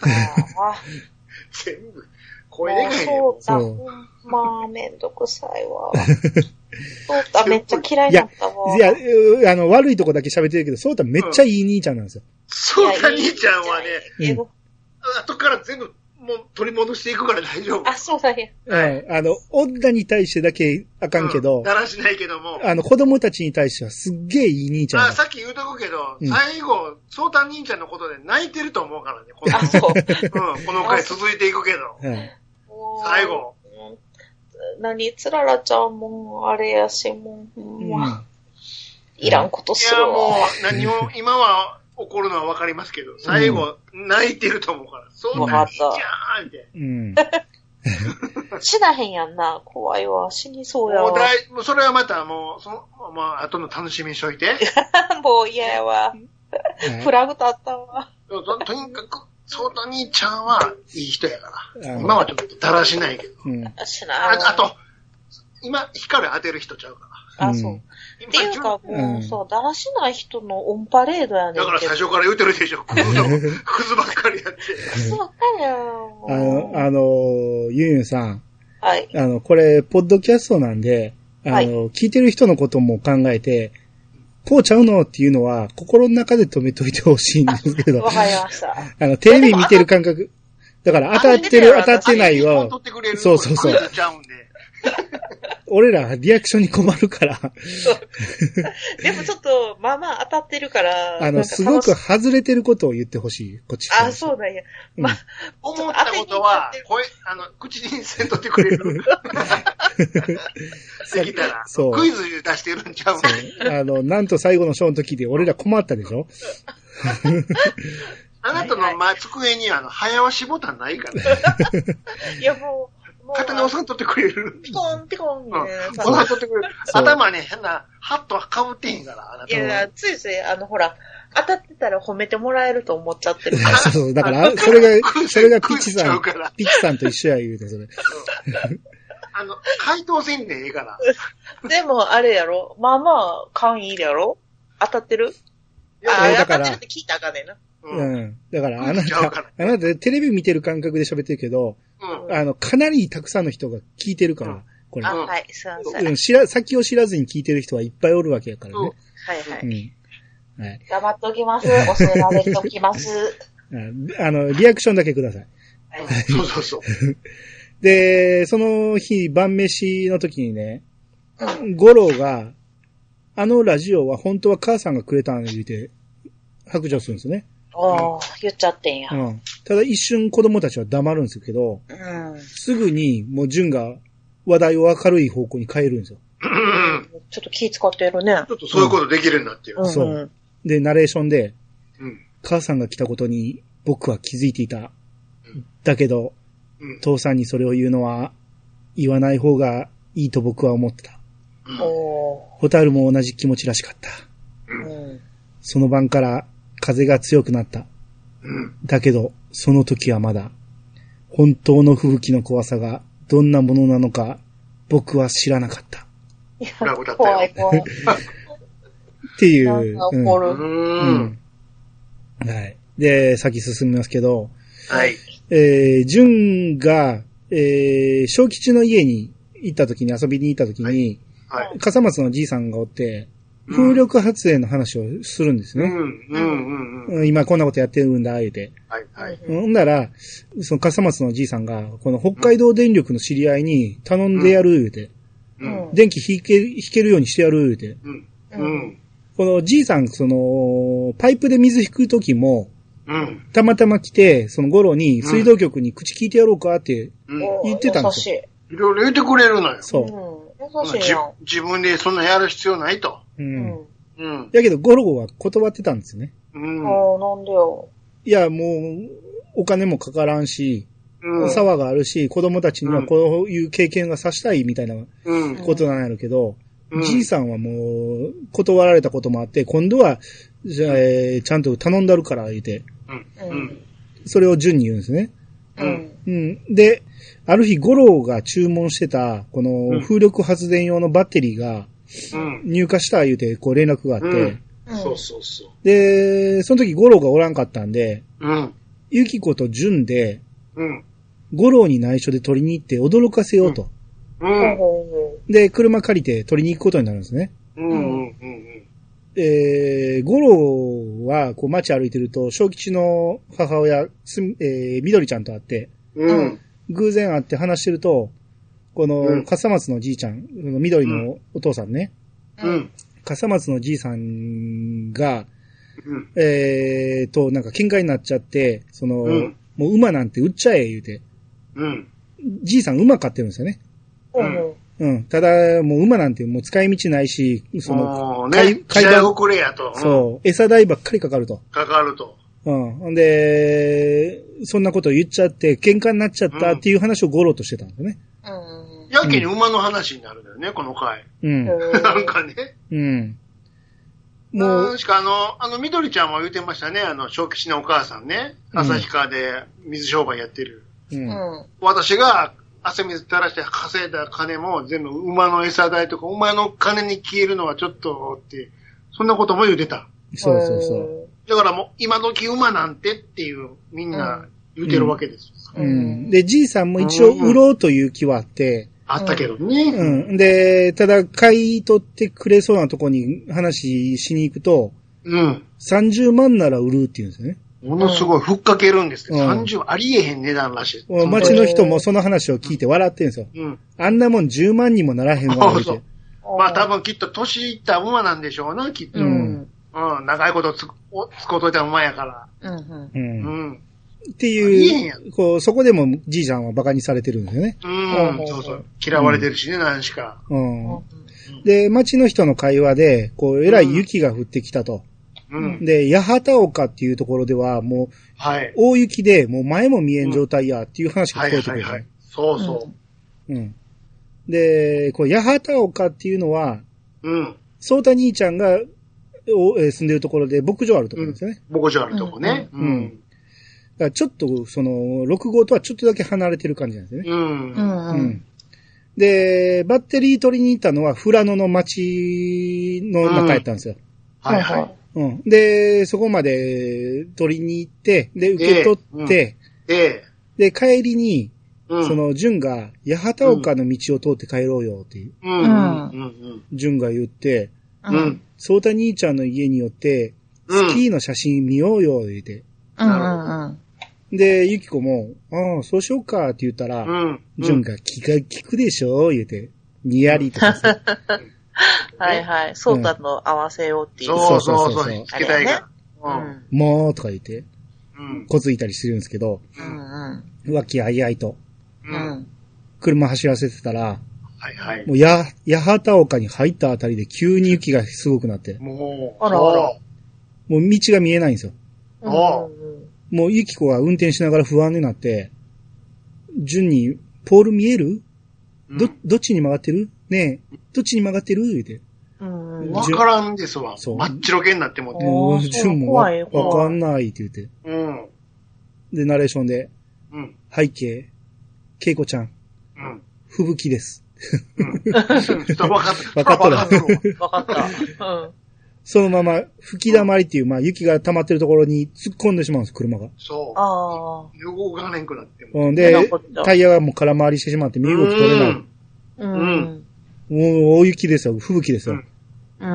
全部。声でかいね。 そうだ。ほんまあ、めんどくさいわ。そうだ、めっちゃ嫌いだったわ。 いや、いや、あの、悪いとこだけ喋ってるけど、そうだ、めっちゃいい兄ちゃんなんですよ。 そうだ、兄ちゃんはね、後から全部、もう取り戻していくから大丈夫。 あ、そうだね。 うん。あの、女に対してだけあかんけど。 だらしないけども。 あの、子供たちに対してはすっげえいい兄ちゃん。 あ、さっき言うとくけど、うん、最後、ソータン兄ちゃんのことで泣いてると思うからね。 このあ、そう。 うん、この回続いていくけど。うん、最後。 何、つららちゃんも、あれやし、もう、うん、いらんことするわ。いや、 もう、何を、今は、怒るのはわかりますけど、最後、泣いてると思うから、そうなんじゃーんって。うん。 死なへんやんな。怖いわ。死にそうやわ。 もうだい、もうそれはまたもう、その、まあ、後の楽しみにしといて。 もう嫌やわ。フラグ立ったわ。 と, とにかく、ソータ兄ちゃんはいい人やから。今はちょっとだらしないけど。うん、 しないあ。あと、今、光当てる人ちゃうから。 あ、そう。うんっていうか、もうさ、うん、だらしない人のオンパレードやねん。 だから最初から言うてるでしょ。クズの、クズばっかりやって。 クズばっかりやよ。 あの、あの、ゆんゆんさん。 はい。 あの、これ、ポッドキャストなんで、あの、はい、聞いてる人のことも考えて、こうちゃうのっていうのは、心の中で止めといてほしいんですけど。 わかりました。 あの、テレビ見てる感覚。だから当たってる、当たってないを。そうそうそう。俺らリアクションに困るから。 でもちょっと、まあまあ当たってるから。 あの、すごく外れてることを言ってほしい。こっち。 あ、そうだよ。まあ、 思ったことは、声、あの、口にせんとってくれる。できたら、そう。クイズ出してるんちゃうの？あの、なんと最後のショーの時で俺ら困ったでしょ？ あなたの、ま、机にあの、早押しボタンないから。 いやもう、 勝手に押さんとってくれる。 ピコンピコンね。 押さんとってくれる。頭ね、変な、ハットは被ってへんから。 いや、ついつい、あの、ほら、当たってたら褒めてもらえると思っちゃってるから。そう、だから、それが、それがピッチさん、ピッチさんと一緒や言うて、それ。 あの、回答せんでええから。 でも、あれやろまあまあ、勘いいやろ当たってるいや、だから。当たってるって聞いたらあかんねんな。 うん。だから、あなた、あなたテレビ見てる感覚で喋ってるけど、うん、あの、かなりたくさんの人が聞いてるから、うん、これ。 あ、はい、すいません。 知ら、先を知らずに聞いてる人はいっぱいおるわけやからね。うん、 はいはい。 うん。はい。 頑張っておきます。教えられておきます。 あの、リアクションだけください。 はい。そうそうそう。 で、その日、晩飯の時にね、五郎が、あのラジオは本当は母さんがくれたん言うて、白状するんですね。 ああ、言っちゃってんや。 うん。ただ一瞬子供たちは黙るんですけど、 うん、 すぐにもう純が話題を明るい方向に変えるんですよ。 ちょっと気使ってるね。 ちょっとそういうことできるんだっていう。 うん、そう。で、ナレーションで、うん、母さんが来たことに僕は気づいていた。うん、だけど、うん、父さんにそれを言うのは言わない方がいいと僕は思ってた。 うん、ホタルも同じ気持ちらしかった。 うん、 その晩から風が強くなった。 うん、 だけど、その時はまだ、本当の吹雪の怖さがどんなものなのか、僕は知らなかった。 いや、怖い怖い。 っていう。 なんか怒る。 うんうん。はい。で、先進みますけど、 はい。 えー、純が、えー、小吉の家に行った時に、遊びに行った時に、 はいはい、 笠松のじいさんがおって、風力発電の話をするんですね。 うんうんうんうん、 今こんなことやってるんだ、言うて。 はいはい。 ほんなら、その笠松のじいさんが、この北海道電力の知り合いに頼んでやる、言うて。 うん、 電気引け、引けるようにしてやる、言うて。 うんうん、 このじいさん、その、パイプで水引くときも、 うん、 たまたま来て、その頃に水道局に口聞いてやろうかって言ってたんですよ。 うん、いろいろ言ってくれるのよ。 そう。 うん優しいよ。 自分でそんなやる必要ないと。 うん。 うん。 だけど、ゴロゴは断ってたんですよね。 うん。 ああ、なんでよ。 いや、もう、 お金もかからんし、うん、沢があるし、子供たちにはこういう経験がさせたいみたいなことなんやろけど、うん、じいさんはもう断られたこともあって、今度は、じゃあ、えー、ちゃんと頼んだるから言うて、うん、それを順に言うんですね。うんうん、で、ある日、五郎が注文してた、この風力発電用のバッテリーが、入荷した言うて、こう連絡があって、うんそうそうそう。 で、その時五郎がおらんかったんで、うん、ゆきこと順で、うん、五郎に内緒で取りに行って驚かせようと。うんうん、で、車借りて取りに行くことになるんですね。うんうんうんえー、五郎はこう街歩いてると、小吉の母親、すえー、みどりちゃんと会って、うん、偶然会って話してると、この、笠松のじいちゃん、みどりのお父さんね、うん、笠松のじいさんが、うん、えーと、なんか喧嘩になっちゃって、その、うん、もう馬なんて売っちゃえ、言うて。うん。じいさん馬飼ってるんですよね。うん。うん。ただ、もう馬なんてもう使い道ないし、その、 ね、買い遅れやと。 そう。餌代ばっかりかかると。 かかると。 うん。ほんで、そんなこと言っちゃって、喧嘩になっちゃったっていう話をゴロとしてたんですよね。 うん。やけに馬の話になるんだよね、この回。うん。なんかね。うん。もう。しかあの、あの、みどりちゃんも言ってましたね、あの、小吉のお母さんね。旭川で水商売やってる。うん。私が汗水垂らして稼いだ金も全部馬の餌代とか、馬の金に消えるのはちょっとって、そんなことも言ってた。 そうそうそう。 だからもう、今時馬なんてっていう、みんな言ってるわけです。 うん。うん、で、じいさんも一応売ろうという気はあって、 あったけどね。 うん。で、ただ、買い取ってくれそうなとこに話しに行くと、うん。さんじゅうまんなら売るって言うんですよね。 ものすごい、ふっかけるんですよ。うん、さんじゅうありえへん値段らしい。 街の人もその話を聞いて笑ってるんですよ。うん。あんなもんじゅうまんにもならへんわ、 そうそう。まあ多分きっと年いった馬なんでしょうな、きっと。うん。うん。長いことつ、つこうといた馬やから。うん。うん。 うん。っていう、こう、そこでもじいちゃんは馬鹿にされてるんですよね。 うん、そうそう。嫌われてるしね、何しか。うん。 で、町の人の会話で、こう、えらい雪が降ってきたと。うん。で、八幡岡っていうところでは、もう、はい。大雪で、もう前も見えん状態や、っていう話が聞こえてくる、ね。はいはいはい。 そうそう。 うん。で、こう、八幡岡っていうのは、うん。そうた兄ちゃんが、お住んでるところで、牧場あるところですよね。 牧場あるとこね。うん。 だからちょっと、その、ろく号とはちょっとだけ離れてる感じなんですよね。うん。うんうん、で、バッテリー取りに行ったのは、富良野の町の中やったんですよ。うん、はいはい。うん。で、そこまで取りに行って、で、受け取って、えーうんえー、で、帰りに、うん、その、純が、八幡岡の道を通って帰ろうよっていう。うん。うん。純が言って、うん。そうた兄ちゃんの家によって、スキーの写真見ようよ、言うて。うんうんうん。で、ゆきこも、ああ、そうしようかって言ったら、うん。純が気が利くでしょ言うて、にやりとかさ。 はいはい。そうたと合わせようっていう。 そうそうそう。つけたいが。 うん。もうとか言って、うん。こついたりするんですけど、うんうん。わきあいあいと。うん。車走らせてたら、はいはい。もうや、八幡岡に入ったあたりで急に雪がすごくなって。もう、あらあら。もう道が見えないんですよ。ああ。もうゆきこが運転しながら不安になって、順に、ポール見える、うん、ど、どっちに曲がってるねえ、どっちに曲がってる言うて。 うん。わからんですわ。そう。真っ白けになってもって。もう、順もわかんないって言って。うん。で、ナレーションで、うん。背景、けいこちゃん、うん。吹雪です。うん。わかった。わかったら。わかった。うん。そのまま、吹き溜まりっていう、まあ、雪が溜まってるところに突っ込んでしまうんです、車が。 そう。ああ。動かねんくなっても。うん、で、タイヤがもう空回りしてしまって身動き取れない。うん。もう、大雪ですよ、吹雪ですよ。 うん。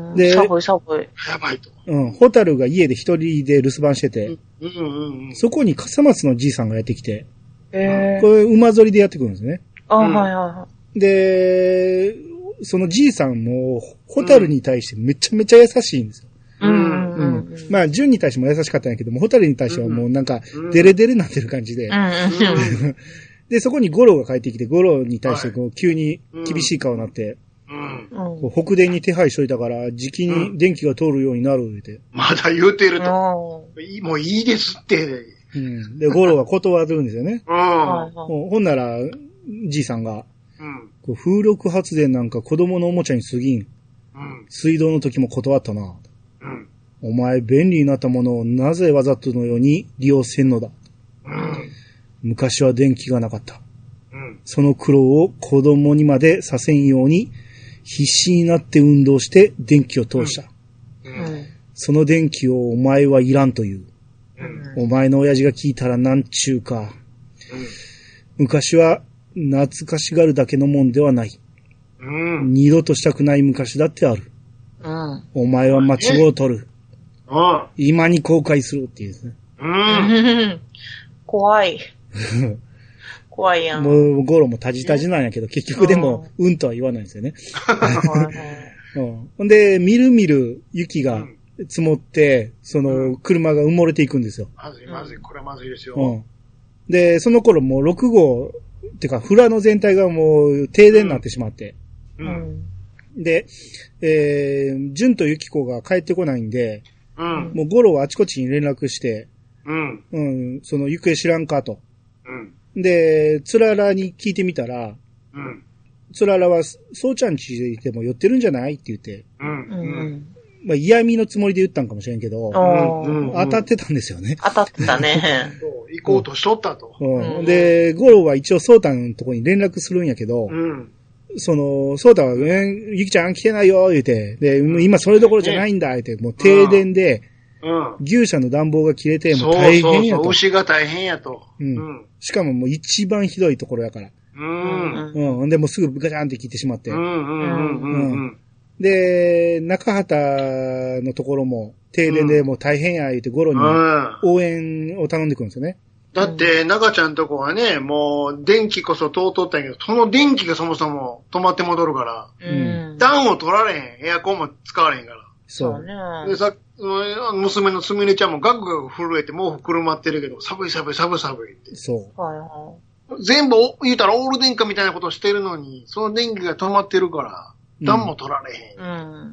で、寒い寒い。 やばいと。 うん。ホタルが家で一人で留守番してて、うんうんうん、そこに笠松のじいさんがやってきて、えー、これ馬ぞりでやってくるんですね。あ、うん、はいはいはい。で、そのじいさんも、ホタルに対してめちゃめちゃ優しいんですよ。うん。うん。まあ、純に対しても優しかったんやけども、ホタルに対してはもうなんか、デレデレになってる感じで。うん。で、そこにゴロが帰ってきて、ゴロに対してこう、急に厳しい顔になって、うん。こう北電に手配しといたから、時期に電気が通るようになるって。 まだ言うてると。もういいですって。 うん。で、ゴロは断るんですよね。 うん。 ほんなら、じいさんが、うん、こう風力発電なんか子供のおもちゃに過ぎん。うん、水道の時も断ったな。うん、お前便利になったものをなぜわざとのように利用せんのだ。うん、昔は電気がなかった。うん、その苦労を子供にまでさせんように必死になって運動して電気を通した。うんうん、その電気をお前はいらんという。うん、お前の親父が聞いたらなんちゅうか。うん、昔は懐かしがるだけのもんではない。うん、二度としたくない昔だってある。うん、お前は間違を取る。うん、今に後悔するっていうですね。うん、 怖い。怖いやん。 もう、ゴロもタジタジなんやけど、結局でも、うん、うんとは言わないんですよね。うん、ほんで、みるみる雪が積もって、その、車が埋もれていくんですよ。 まずいまずい、これはまずいですよ。 うん、で、その頃もうろく号、てか、フラの全体がもう停電になってしまって。うん、で、えー、ジュンとユキコが帰ってこないんで、うん、もうゴロはあちこちに連絡して、うん、うん、その行方知らんかと。うん、で、つららに聞いてみたら、うん、つららは、そうちゃんちでも寄ってるんじゃないって言って、うんうんまあ、嫌味のつもりで言ったんかもしれんけど、うんうん、当たってたんですよね。 当たってたね。 行こうとしとったと。 うん、で、ゴロは一応ソータのとこに連絡するんやけど、うん、その、ソータは、えー、ゆきちゃん来てないよ、言うて、で、うん、今それどころじゃないんだ、言うて、もう停電で、うん、牛舎の暖房が切れて、もう大変やと。そうそうそう、 牛が大変やと。 うん。うん、しかももう一番ひどいところやから。うん。うん。で、もうすぐガチャンって切ってしまって。うんうんうんうん。うん、で、中畑のところも停電でもう大変や言ってゴロに応援を頼んでくるんですよね。 だって、中ちゃんとこはね、もう電気こそ通っとったんやけど、その電気がそもそも止まって戻るから、うん、暖を取られへん、エアコンも使われへんから。 そうね。 で、さ、娘のすみれちゃんもガクガク震えて毛布くるまってるけど、寒い寒い寒い寒いって。 そう。 はいはい。 全部言うたらオール電化みたいなことしてるのに、その電気が止まってるから、暖も取られへん。うん。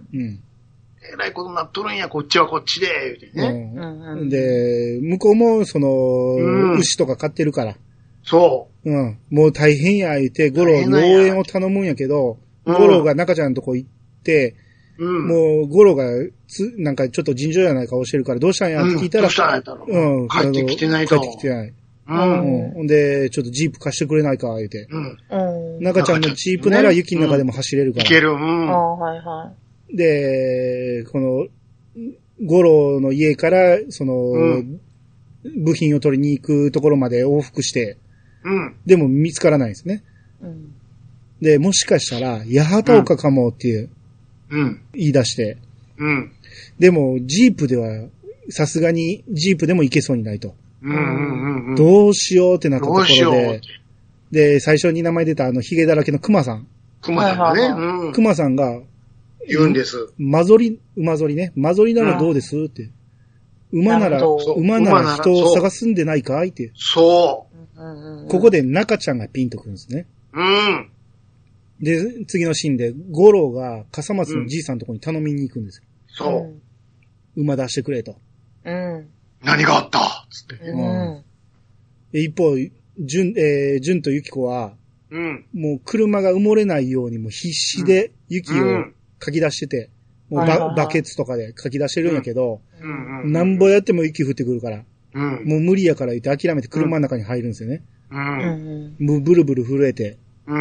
うん。えらいことになっとるんや、こっちはこっちで、言うてね。 うん。で、向こうも、その、うん、牛とか飼ってるから。 そう。うん。もう大変や、言うて、ゴロに応援を頼むんやけど、ゴロが中ちゃんのとこ行って、うん、もう、ゴロがつ、なんかちょっと尋常じゃない顔してるから、どうしたんやって聞いたら、うん、どうしたんやったろ。うん。帰ってきてないと。 帰ってきてない。うん。ほんで、ちょっとジープ貸してくれないか、言うて。うん。中ちゃんのジープなら雪の中でも走れるから。 いける、うん。 ああ、はいはい。 で、この、ゴロの家から、その、うん、部品を取りに行くところまで往復して、うん。でも見つからないんですね。うん。で、もしかしたら、八幡岡かもっていう、うん。言い出して、うん。でも、ジープでは、さすがにジープでも行けそうにないと。うんうんうん、どうしようってなったところで、で、最初に名前出たあの、ヒゲだらけのクマさん。 クマさんがね。うん、 クマさんが、 言うんです。 マゾリ、馬ゾリね。マゾリならどうです、うん、って。馬なら、馬なら人を探すんでないかいって。 そう。 ここで中ちゃんがピンとくるんですね。 うん。 で、次のシーンで、ゴロが笠松のじいさんのところに頼みに行くんですよ。 そう。 馬出してくれと。 うん。 何があったつって。 うん。一方、ジュン、えー、ジュンとユキコは、うん。もう車が埋もれないようにもう必死で雪をかき出してて、うん、もうバ、バケツとかでかき出してるんやけど、うん。うん、なんぼやっても雪降ってくるから、うん。もう無理やから言って諦めて車の中に入るんですよね。うん。もうブルブル震えて、うん。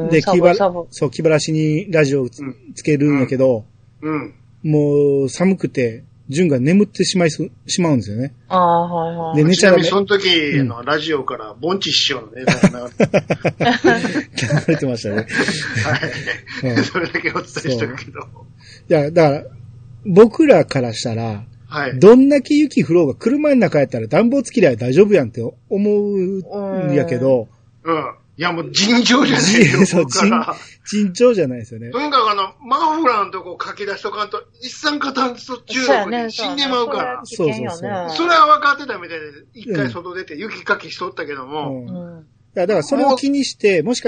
で、気晴ら、そう、気晴らしにラジオを つ,、うん、つけるんやけど、うん。もう寒くて、ジュンが眠ってしまいす、しまうんですよね。 ああ、はいはい。 で、寝ちゃう。ちなみにその時のラジオから、ボンチ師匠の映像が流れてましたね。 はい。それだけお伝えしてるけど。いや、だから、僕らからしたら、はい。どんだけ雪降ろうが車の中やったら暖房つきりゃ大丈夫やんって思うんやけど、 うん。いや、もう尋常じゃないよ。 そう、尋常じゃないですよね。 とにかくあの、マフラーのとこ書き出しとかんと、一酸化炭素中毒で死んでまうから。 そうそうそう。 それは分かってたみたいで、一回外出て雪かきしとったけども。うん。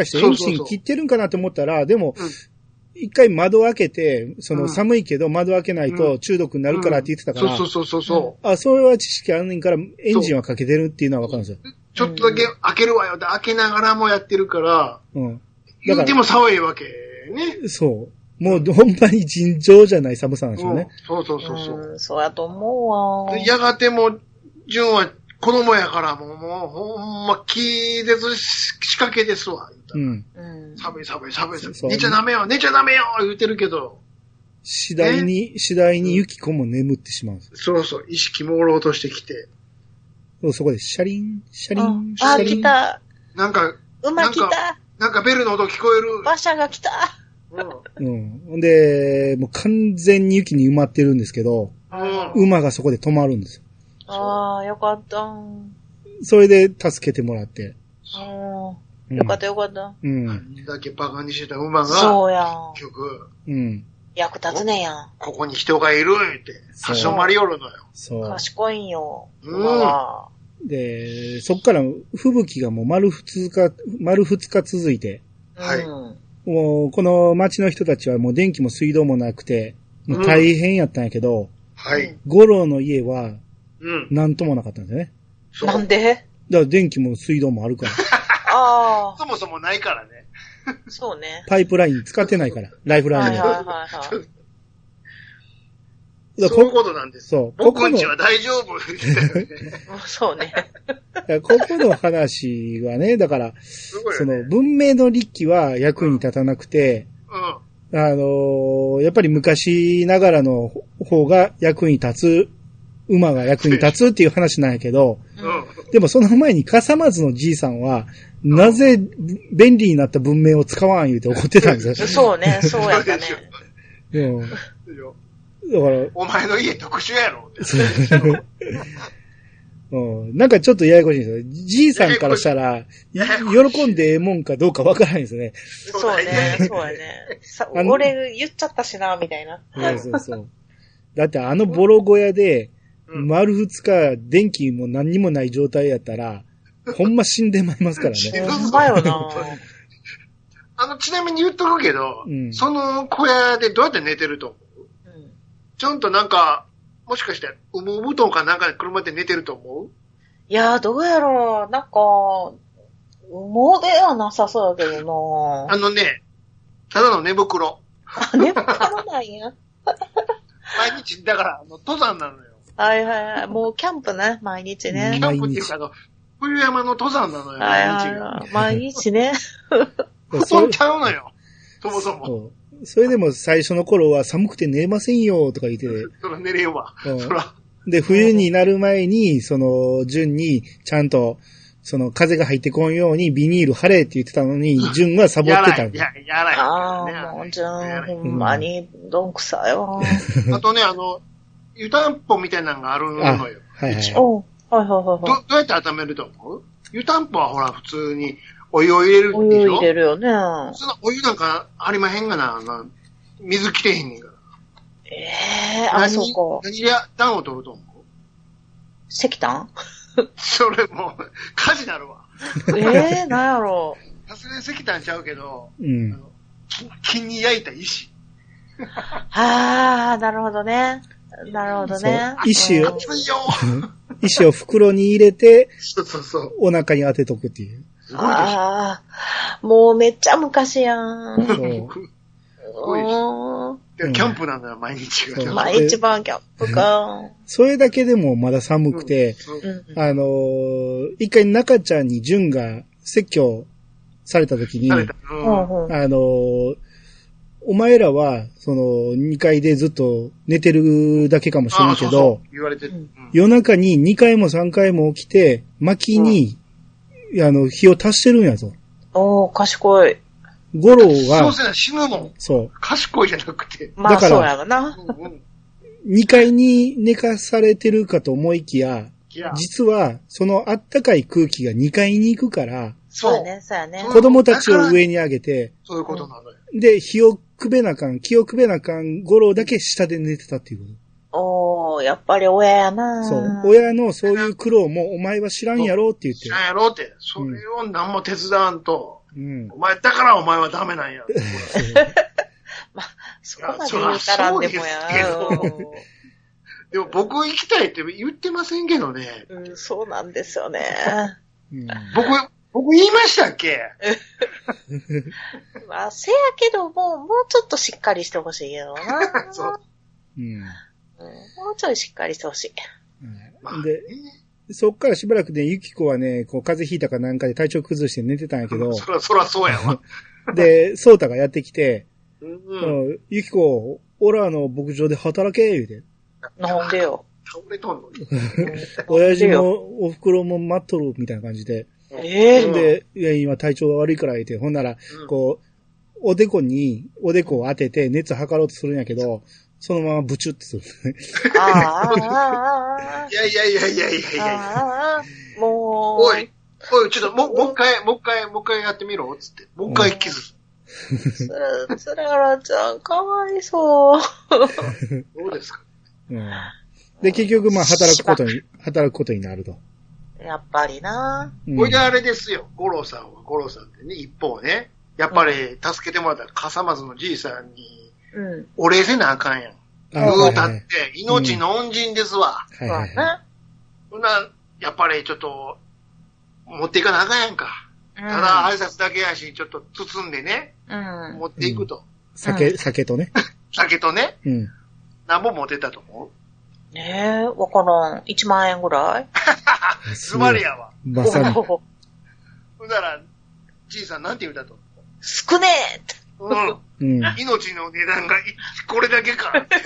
いや、だからそれを気にして、もしかしてエンジン切ってるんかなと思ったら、でも、 一回窓開けて、その寒いけど窓開けないと中毒になるからって言ってたから。 うんうん、そうそうそうそう。 あ、それは知識あるねんからエンジンはかけてるっていうのはわかるんですよ。 ちょっとだけ開けるわよって開けながらもやってるから、うん。言うても寒いわけね。 そう。もうほんまに尋常じゃない寒さなんでしょうね。 うん、そうそうそうそう。 うん、そうやと思うわ。 やがても、純は子供やからもう、もうほんま気絶仕掛けですわ。うん。寒い寒い寒い寒い。寝ちゃダメよ寝ちゃダメよ言うてるけど。 次第に、次第にユキコも眠ってしまうんです。 そうそう、意識朦朧としてきて。 そこでシャリン、シャリン、シャリン。あ、来た。 なんか、 馬来た。 なんかベルの音聞こえる。 馬車が来た。 うん。うん。で、もう完全に雪に埋まってるんですけど、うん、馬がそこで止まるんですよ。 ああ、よかった。 それで助けてもらって。 うん、よかったよかった。 うん。あんだけバカにしてた馬が。 そうやん。 結局。 うん。 役立つねやん。 ここに人がいるって、立ち止まりよるのよ。 そう。 賢いんよ。馬は。 うん。で、そっから吹雪がもう丸二日、丸二日続いて。 はい。 もう、この町の人たちはもう電気も水道もなくて、もう大変やったんやけど、うん、 はい。 五郎の家は、 うん。 なんともなかったんですよね。 なんで？ だから電気も水道もあるから。 ああ。 そもそもないからね。 そうね。 パイプライン使ってないから、ライフラインで。はいはいはい、はい。 そういうことなんです。 そう。 僕んちは大丈夫。 そうね。 ここの話はね、だから、ね、その文明の利器は役に立たなくて、 うん、 あのー、やっぱり昔ながらの方が役に立つ、馬が役に立つっていう話なんやけど、 うん、 でもその前に笠松のじいさんは、なぜ便利になった文明を使わん言うて怒ってたんですよ。 そうね、そうやったね。 うん。だから、 お前の家特殊やろ。 うん、なんかちょっとややこしいんですよ。じいさんからしたら、喜んでええもんかどうかわからないんですね。 そうね、そうやね。さ俺言っちゃったしな、みたいな。 そうそうそう。だってあのボロ小屋で、丸二日電気も何にもない状態やったら、ほんま死んでまいりますからね。 ほんまよな。 あの、ちなみに言っとくけど、うん、その小屋でどうやって寝てると思う？うん、ちゃんとなんか、もしかして、羽毛布団かなんかで車で寝てると思う？ いやー、どうやろう。なんか、羽毛ではなさそうだけどな。 あのね、ただの寝袋。 あ、寝袋なんや。 毎日、だから、あの、登山なのよ。 はいはいはい。もうキャンプね、毎日ね。 キャンプっていうか、あの、冬山の登山なのよ、 毎日が。はいはい、毎日ね。 布団ちゃうのよ。そもそも。 それでも最初の頃は寒くて寝れませんよとか言って。 そら寝れんわ。そら。 で、冬になる前に、その、順に、ちゃんと、その、風が入ってこんようにビニール貼れって言ってたのに、順はサボってたんだ。やらい、やらい。 ああ、もう順、ほんまに、どんくさいわ。 あとね、あの、湯たんぽみたいなのがあるのよ。 はいはいはい。 おはいはいはい。 ど、どうやって温めると思う？湯たんぽはほら、普通に、お湯を入れるでしょ？お湯入れるよね。 そのお湯なんかありまへんがな、な水きれへんねんから。 ええー、あ、そうか。 何で暖を取ると思う？ 石炭？ それもう、火事なるわ。 ええー、なんやろう。さすがに石炭ちゃうけど、 うん、 あの金に焼いた石。 ああ、なるほどね。なるほどね。 石を、石を袋に入れて、 そうそうそう。 お腹に当てとくっていう。 すごいでしょ。 ああ、もうめっちゃ昔やん。 そう。 すごいでしょ。キャンプなんだよ、毎日が。 毎日晩キャンプか。 それだけでもまだ寒くて、うん、あのー、一回中ちゃんに純が説教された時に、うん、あのー、お前らは、その、にかいでずっと寝てるだけかもしれんけど、そうそう言われてる、うん、 夜中ににかいもさんかいも起きて、薪に、うん、あの、火を足してるんやぞ。 おー、賢い。 五郎は、 そうせな死ぬもん。 そう。 賢いじゃなくて。 まあ、そうやろな。うんうん、 にかいに寝かされてるかと思いきや、実は、そのあったかい空気がにかいに行くから、 そうやね、そうやね。 子供たちを上に上げて、 そういうことなのよ。 で、火をくべなかん、気をくべなかん、五郎だけ下で寝てたっていうこと。 おー、やっぱり親やな。 そう。親のそういう苦労もお前は知らんやろって言って。 知らんやろって。それを何も手伝わんと。 うん。 お前、だからお前はダメなんや。 そこまで言うたらんでもや。 でも僕行きたいって言ってませんけどね。 うん、そうなんですよね。 うん、僕、僕言いましたっけまあ、せやけども、もうちょっとしっかりしてほしいけどな。そう、 うん。 もうちょいしっかりしてほしい。 うん、で、そっからしばらくね、ゆきこはね、こう風邪ひいたかなんかで体調崩して寝てたんやけど。 そら、そらそうやわ。 で、ソータがやってきて、 うんうん、 ゆきこ、オラの牧場で働け、言うて。 なんでよ。 倒れとんのに。 親父もお袋も待っとるみたいな感じで。 ええー。 で、いや、今体調が悪いから言って、ほんなら、こう、おでこに、おでこを当てて熱測ろうとするんやけど、そのままブチュってする。 ああ、ああ、 いやいやいやいやいやいや。 ああ、もう。 おい、おい、ちょっと、もう、もう一回、もう一回、もう一回やってみろ、つって。もう一回キス。 つ、つららちゃん、かわいそう。 どうですか、 うん、で、結局、まあ、働くことに、働くことになると。 やっぱりな。 これであれですよ、五郎さんは五郎さんでね、一方ね、やっぱり助けてもらった笠松のじいさんに、うん、お礼せなあかんやん。言うたって、命の恩人ですわ。 はいはいはい。 ほな、やっぱりちょっと、持っていかなあかんやんか。うん、ただ挨拶だけやし、ちょっと包んでね、うん、持っていくと。 酒、酒とね。 酒とね。 うん。 何本持ってたと思う？ ねえ、わからん。いちまんえんぐらいズバリやわ。 まさに。 ほんなら、じいさんなんて言うたと思う？ 少ねえって。 うん。うん、命の値段がこれだけかって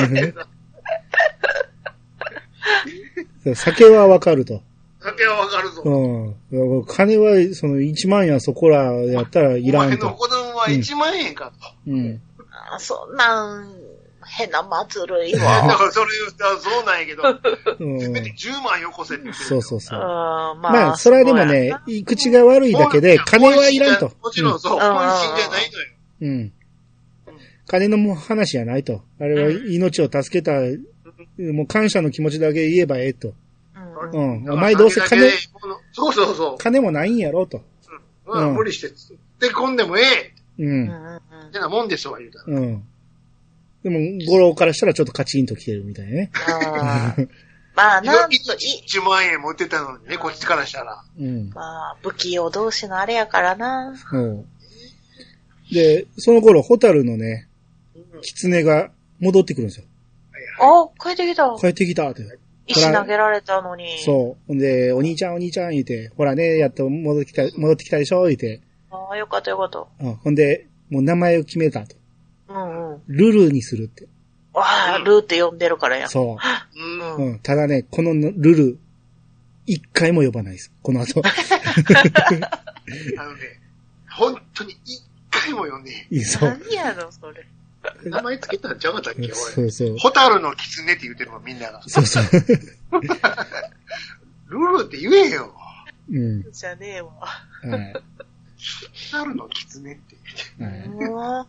酒はわかると。 酒はわかるぞ。 うん。金は、そのいちまん円そこらやったらいらんと。 お前の子供はいちまんえんかと。 うん。 あ、そんなん、変な祭るいわ。 わ。 だからそれ言ったらそうなんやけど、せめてじゅうまんよこせって言ってる。 そうそうそう。 あまあ、 まあ、それはでもね、口が悪いだけで、金はいらんと。 もちろんそう、本心じゃないのよ。 うん。金の話じゃないと。あれは命を助けた、もう感謝の気持ちだけ言えばええと。うん。お前どうせ金、 そうそうそう。 金もないんやろと。 うん。無理して、でこんでもええ。 うん。 ってなもんですわ、言うたら。 うん。でも、五郎からしたらちょっとカチンと来てるみたいなね。 まあ、なんといいちまんえん持ってたのにね、こっちからしたら。 うん。 まあ、不器用同士のあれやからな。 うん。で、その頃、ホタルのね、狐が戻ってくるんですよ。 あ、帰ってきた。 帰ってきたって。 石投げられたのに。 そう。ほんで、お兄ちゃんお兄ちゃん言うて、ほらね、やっと戻ってきた、戻ってきたでしょ言うて。 ああ、よかったよかった。 うん。ほんで、もう名前を決めたと。 うんうん。 ルルにするって。 ああ、ルーって呼んでるからや。 そう。うん。うん。ただね、このルル、一回も呼ばないです。この後。 あのね、本当に一回も呼んでへん。 そう。 何やろ、それ。 名前つけたんちゃうかったっけ、俺。 そうそう。 ホタルの狐って言ってるの、みんなが。 そうそう。 ルルって言えよ。 うん。 じゃねえわ。 はい。 ホタルの狐って言って。はい。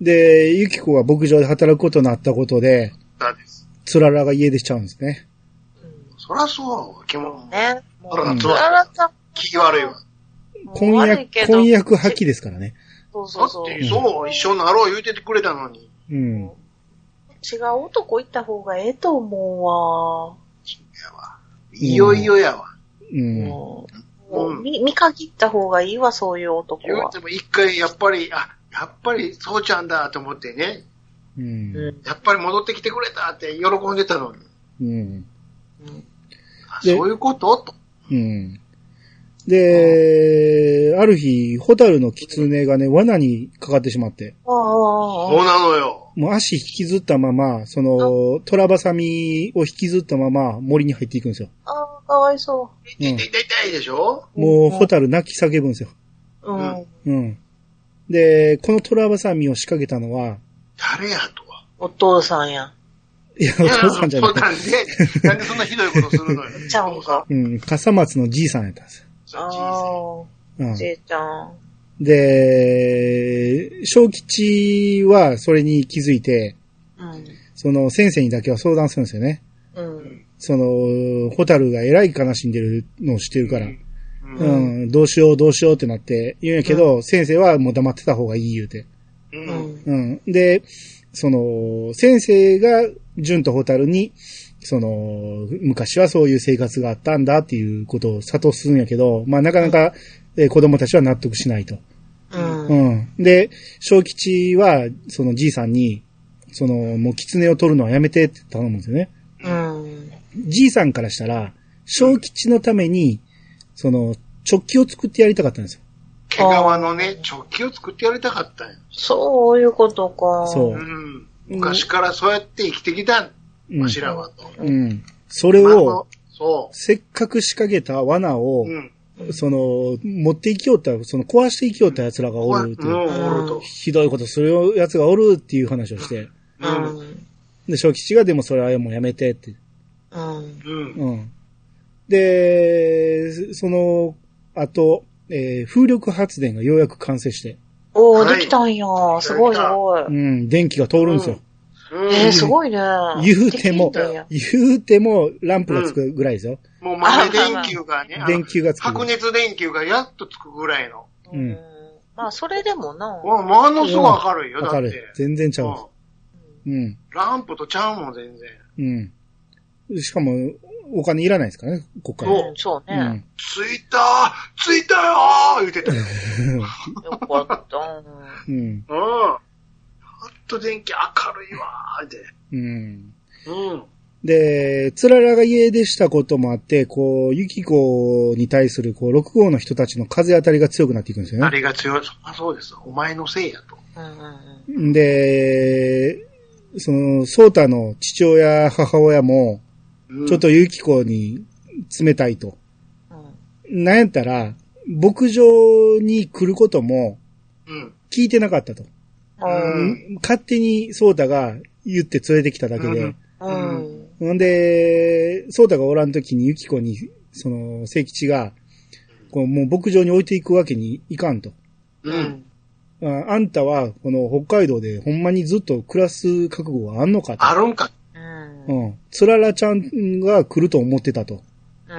で、ユキコが牧場で働くことになったことで、 そうです。 つららが家出しちゃうんですね。 うん、そらそう、肝も。 ね。 もう、つららちゃん、気悪いわ。 婚約、婚約破棄ですからね。 そうそうそう。 だって、そう、一緒になろう言うててくれたのに。 うん。 違う男行った方がええと思うわ。 やわ。いよいよやわ。 うん。 もう、うん、見、見限った方がいいわ、そういう男は。 言うても一回、やっぱり、あ、やっぱり、そうちゃんだと思ってね。 うん。 やっぱり戻ってきてくれたって喜んでたのに。 うん。 そういうことと。 うん。で、ある日、ホタルの狐がね、罠にかかってしまって。 そうなのよ。 もう足引きずったまま、その、トラバサミを引きずったまま森に入っていくんですよ。 ああ、かわいそう。 痛い痛い痛いでしょ、 うん、もう、ホタル泣き叫ぶんですよ。 うん。 うん。で、このトラバサミを仕掛けたのは、 誰やと。 お父さんや。 いや、お父さんじゃない。 なんで、なんでそんなひどいことするのよ。 ちゃうんか。 うん、笠松のじいさんやったんですよ。 ああ、うん、じいちゃん。 で、小吉はそれに気づいて、 うん、 その先生にだけは相談するんですよね。 うん、 その、ホタルがえらい悲しんでるのを知ってるから、 うんうん、どうしようどうしようってなって言うんやけど、うん、先生はもう黙ってた方がいい言うて。 うんうん、で、 その、先生が、純と蛍に、その、昔はそういう生活があったんだっていうことを諭すんやけど、まあなかなか、えー、子供たちは納得しないと。うん。うん。で、小吉は、そのじいさんに、その、もう狐を取るのはやめてって頼むんですよね。うん。じいさんからしたら、小吉のために、その、チョッキを作ってやりたかったんですよ。 毛皮のね、チョッキを作ってやりたかったんや。 そういうことか。 そう。 うん。昔からそうやって生きてきたん。わしらはと。 うん。それを、そう。せっかく仕掛けた罠を、うん、その、持っていきよった、その壊していきよった奴らがおるっていう。うん、おると。ひどいことする奴がおるっていう話をして。うん。で、小吉がでもそれはもうやめてって。うん。うん。で、その、あと、えー、風力発電がようやく完成して。 おー、はい、できたんや。すごいすごい。 うん、電気が通るんですよ。 うん、えー、すごいね。 言うても、言うても、ランプがつくぐらいですよ。 うん、もう豆電球がね、 電球がつく。 白熱電球がやっとつくぐらいの。 うん。まあ、それでもな。 もう、ものすごい明るいよ、だって。明るい。 全然ちゃう。うん。 ランプとちゃうもん、全然。 うん。しかも、お金いらないですからね、こっから。 そう、そうね。うん、 着いたー着いたよー言うてたよ。 よかった。 うん。うん。ほんと電気明るいわーって。 うん。うん。で、つららが家出したこともあって、こう、ゆきこに対する、こう、ろく号の人たちの風当たりが強くなっていくんですよね。 あれが強い。あ、そうです。お前のせいやと。 うんうん、 で、その、ソータの父親、母親も、ちょっとゆきこに冷たいと。うん、なんやったら、牧場に来ることも、聞いてなかったと。うん、勝手にソータが言って連れてきただけで。うんうん、で、ソータがおらんときにユキコに、その、聖吉が、こうもう牧場に置いていくわけにいかんと。うん。あ, あんたは、この北海道でほんまにずっと暮らす覚悟はあんのかと。 あるんか。 うん。つららちゃんが来ると思ってたと。うん。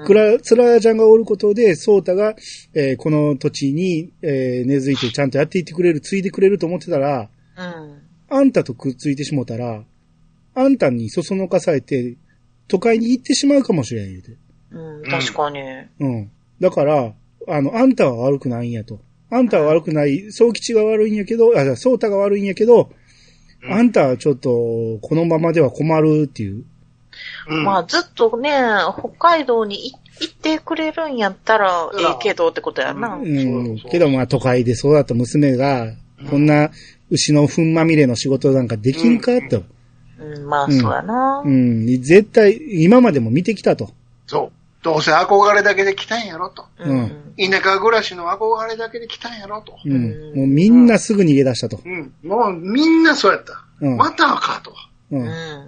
くら、つららちゃんがおることで、ソータが、えー、この土地に、えー、根付いてちゃんとやっていってくれる、継いでくれると思ってたら、うん。あんたとくっついてしもたら、あんたにそそのかされて、都会に行ってしまうかもしれん言うて。 うん、確かに。 うん。だから、あの、あんたは悪くないんやと。あんたは悪くない、宗吉が悪いんやけど、あ、ソータが悪いんやけど、うん、あんたはちょっと、このままでは困るっていう。 うん、まあ、ずっとね、北海道に行ってくれるんやったら、ええけどってことやな。 うん。うん、けどまあ、都会で育った娘が、こんな牛の糞まみれの仕事なんかできんか、うん、と。 うん、まあ、そうやな。 うん。絶対、今までも見てきたと。 そう。どうせ憧れだけで来たんやろと。うん。田舎暮らしの憧れだけで来たんやろと。 うん。もうみんなすぐ逃げ出したと。 うん。もうみんなそうやった。うん。またかと。うん。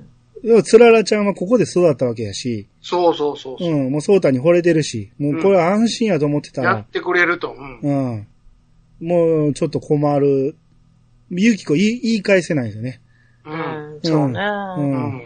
でも、つららちゃんはここで育ったわけやし。 そうそうそうそう。 うん。もうソータに惚れてるし。もうこれは安心やと思ってたら。 やってくれると。うん。 うん。もうちょっと困る。ゆきこ言い、言い返せないですよね。 うん。そうね。 うん。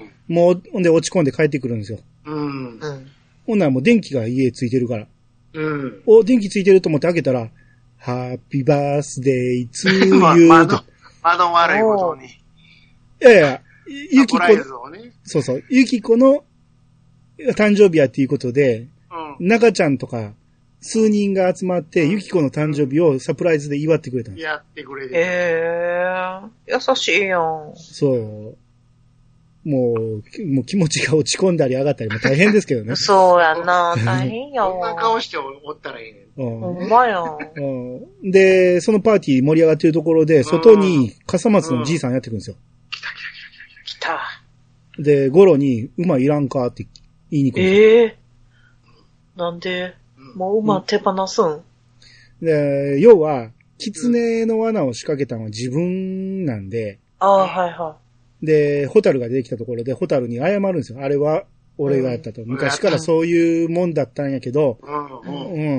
もう、ほんで落ち込んで帰ってくるんですよ。うん。うん。ほんならもう電気が家ついてるから。うん。お、電気ついてると思って開けたら、ハッピーバースデーツーユーと。 窓悪いことに。 いやいや、ゆきこ、ね、そうそう、ゆきこの誕生日やっていうことで、うん、中ちゃんとか数人が集まって、うん、ゆきこの誕生日をサプライズで祝ってくれたんです。 やってくれて。 えー、優しいやん。 そう。もう、もう気持ちが落ち込んだり上がったりも大変ですけどね。 そうやんな。大変やわ。こんな顔しておったらいいねん。 ほんまやん。で、そのパーティー盛り上がってるところで、外に笠松のじいさんやってくるんですよ。 来た来た来た来た。来た。で、ゴロに、馬いらんかって言いに来るんですよ。ええー。なんで、もう馬手放すん？ で、要は、狐の罠を仕掛けたのは自分なんで。 ああ、はいはい。 で、ホタルが出てきたところで、ホタルに謝るんですよ。あれは、俺がやったと。うん、昔からそういうもんだったんやけど、うん、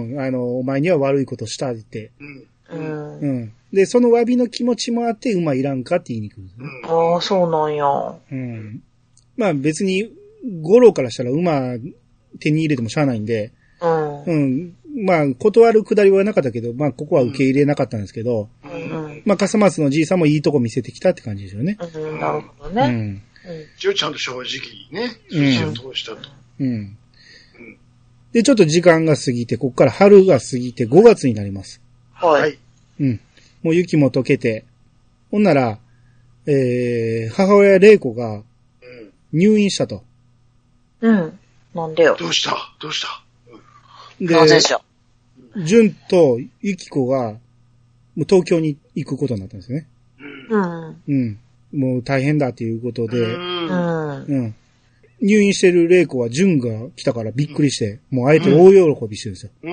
うん、あの、お前には悪いことしたって。うん。うん。で、その詫びの気持ちもあって、馬いらんかって言いに来るんですね。 ああ、そうなんや。 うん。まあ別に、五郎からしたら馬手に入れてもしゃあないんで、うん。うん。まあ、断るくだりはなかったけど、まあ、ここは受け入れなかったんですけど、うん。 まあ、笠松のじいさんもいいとこ見せてきたって感じですよね。 うん、なるほどね。うん。 一応ちゃんと正直にね、筋を通したと。 うん。うん。で、ちょっと時間が過ぎて、ここから春が過ぎてごがつになります。 はい。 うん。もう雪も溶けて、ほんなら、えー、母親玲子が、入院したと。 うん。なんでよ。 どうしたどうした、 うん、で、なぜしょ。 純とゆき子が、もう東京に行くことになったんですよね。 うん。 うん。もう大変だっていうことで、 うん。 うん。入院してる玲子は純が来たからびっくりして、うん、もうあえて大喜びしてるんですよ。 うん。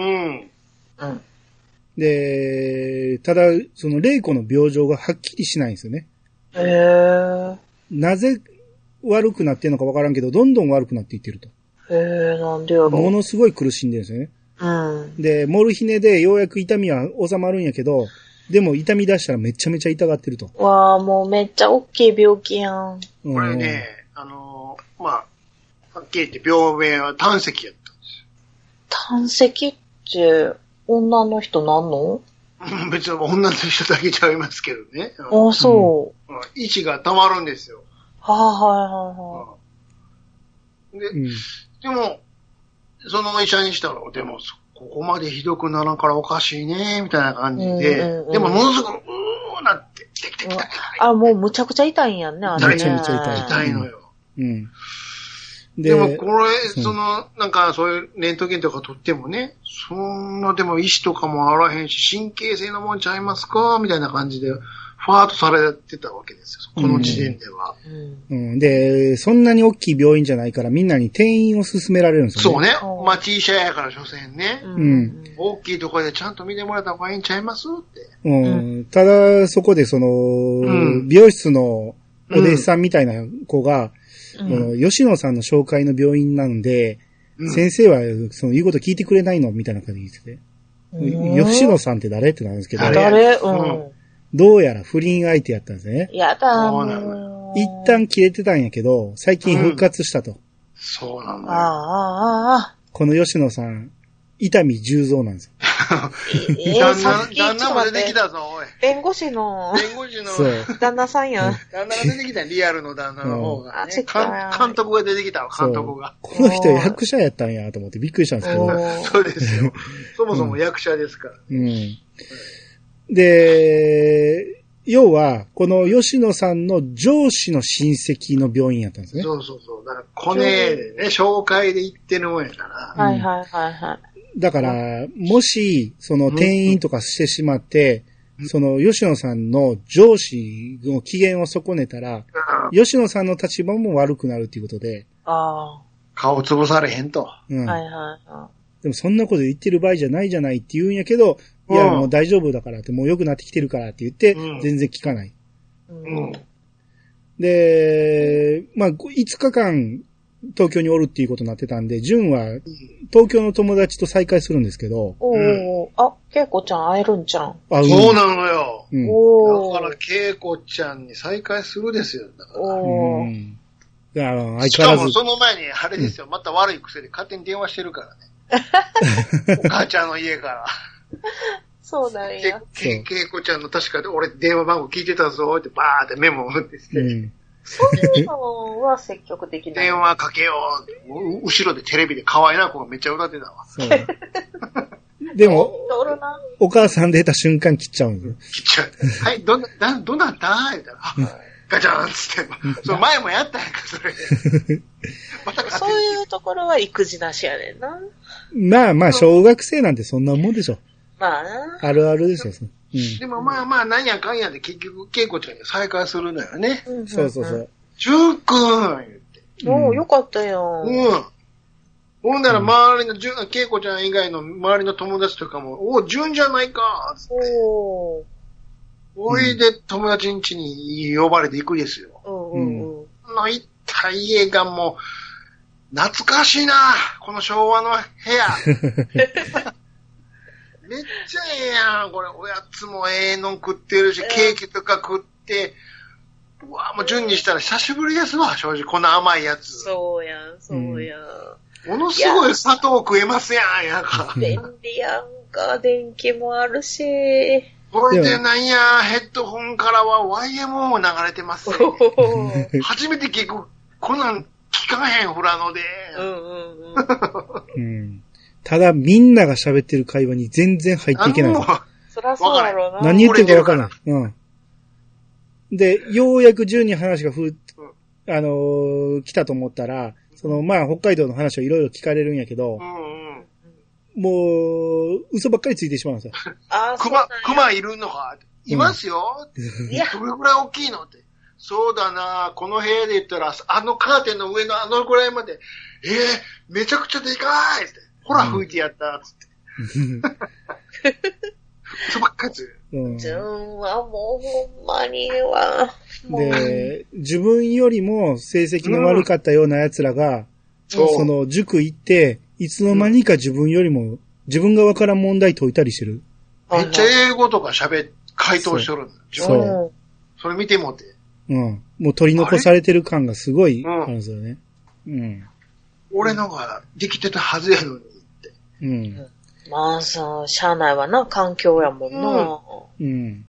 うん。 で、ただ、その玲子の病状がはっきりしないんですよね。 へー。 なぜ悪くなってんのかわからんけど、どんどん悪くなっていってると。 へー、なんでやろ。 ものすごい苦しんでるんですよね。 うん。 で、モルヒネでようやく痛みは収まるんやけど、でも痛み出したらめちゃめちゃ痛がってると。 わー、もうめっちゃ大きい病気やん。 これね、あのー、まあ、はっきり言って病名は胆石やったんですよ。 胆石って女の人なんの？ 別に女の人だけちゃいますけどね。 ああ、そう。 うん、位置が溜まるんですよ。 はあ、はいはいはい。 で、うん、でも、その医者にしたら、でも、ここまでひどくならんからおかしいね、みたいな感じで、うんうんうん、でもものすごく、うーなって、来て来て来て。 あ、もうむちゃくちゃ痛いんやんね、あれね。 めちゃめちゃ痛い。 痛いのよ。 うん。 で, でもこれ、その、なんかそういうレントゲンとか取ってもね、そんなでも意志とかもあらへんし、神経性のもんちゃいますかみたいな感じで、ファーっとされてたわけですよ。この時点では。 うんうん、で、そんなに大きい病院じゃないからみんなに転院を勧められるんですよね。 そうね。町医者やから所詮ね。 うん。 大きいところでちゃんと見てもらった方がいいんちゃいますって。 うん。ただ、そこでその、うん、美容室のお弟子さんみたいな子が、うん、吉野さんの紹介の病院なんで、うん、先生はその言うこと聞いてくれないのみたいな感じで言ってて、うん、吉野さんって誰ってなるんですけど、 誰、うん、 どうやら不倫相手やったんですね。 やだー。 一旦消えてたんやけど、最近復活したと。うん、 そうなんだよ。 ああ。 この吉野さん、伊丹十三なんですよ。 えー、 旦那、旦那も出てきたぞ、おい。 弁護士の、 弁護士の、 旦那さんや。 旦那が出てきたリアルの旦那の方が、ね。 うん、 監督が出てきたわ、監督が。 この人役者やったんやと思ってびっくりしたんですけど。 そうですよ。そもそも役者ですから。 うん。うん、で、要は、この吉野さんの上司の親戚の病院やったんですね。 そうそうそう。だから、コネでね、紹介で行ってるもんやから。はいはいはいはい。 だから、もし、その転院とかしてしまって、うん、その吉野さんの上司の機嫌を損ねたら、うん、吉野さんの立場も悪くなるということで。 ああ。 顔潰されへんと。 うん。 はいはいはい。 でもそんなこと言ってる場合じゃないじゃないって言うんやけど、いや、もう大丈夫だからって、もう良くなってきてるからって言って、全然聞かない。 うん、 で、まあ、いつかかん、東京におるっていうことになってたんで、純は、東京の友達と再会するんですけど。 おー、あ、けいこちゃん会えるんじゃん。 あ、そうなのよ。 うん、 おだから、けいこちゃんに再会するですよ。だから。 おー。 うん、だから相変わらず。 しかもその前に、あれですよ、うん、また悪い癖で勝手に電話してるからね。お母ちゃんの家から。 そうなんや。 け、けいこちゃんの確か俺電話番号聞いてたぞってバーってメモを打ってして。うん、 そういうのは積極的な。 電話かけよう。後ろでテレビで可愛いな子がめっちゃ歌ってたわ。 そうでも、お母さん出た瞬間切っちゃうんですよ。切っちゃう。はい、どんな、どんなった言ったら、ガチャンつって。その前もやったやんか、それ。 またそういうところは育児なしやねんな。 まあまあ、小学生なんてそんなもんでしょ。 まあな。 あるあるですよ。 うん、でもまあまあ、なんやかんやで結局、けいこちゃんに再会するのよね。 うんうんうん、 そうそうそう。 じゅんくん言って。 おー、よかったよ。 うん。ほんなら周りの、じゅん、けいこちゃん以外の周りの友達とかも、おー、じゅんじゃないかつって。 おー。 おいで友達ん家に呼ばれて行くですよ。 うんうんうん。 の行った家がもう、懐かしいなこの昭和の部屋。めっちゃええやん。これ、おやつもええの食ってるし、ケーキとか食って、うわもう順にしたら久しぶりですわ、正直。この甘いやつ。 そうやん、そうやん。 ものすごい砂糖食えますやん、やんか。 便利やんか、電気もあるし。 これでなんや、ヘッドホンからは ワイエムオー 流れてますね。初めて聞く、こんなん聞かへん、フラノで。うんうんうん。うん。ただ、みんなが喋ってる会話に全然入っていけない。 そりゃそうだろうな。 何言ってるかわからない。うん。で、ようやく順に話がふ、うん、あのー、来たと思ったら、その、まあ、北海道の話をいろいろ聞かれるんやけど、うんうん、もう、嘘ばっかりついてしまうんですよ。 あ、熊、熊いるのかいますよ、うん、いや、どれぐらい大きいのって。そうだな、この部屋で言ったら、あのカーテンの上のあのぐらいまで、えー、めちゃくちゃでかいって。ほら、吹いてやった、つって。嘘ばっかりついて。 自分はもうほんまには。 で、自分よりも成績の悪かったような奴らが、うん、その塾行って、いつの間にか自分よりも、自分がわからん問題解いたりしてる。 めっちゃ英語とか喋、回答しとるんだ。 そう。 それ見てもって。 うん。もう取り残されてる感がすごいあるんですよね。うん。うん、 俺のができてたはずやのにって。 うん。 まあさ、社内はな、環境やもんな。 うん。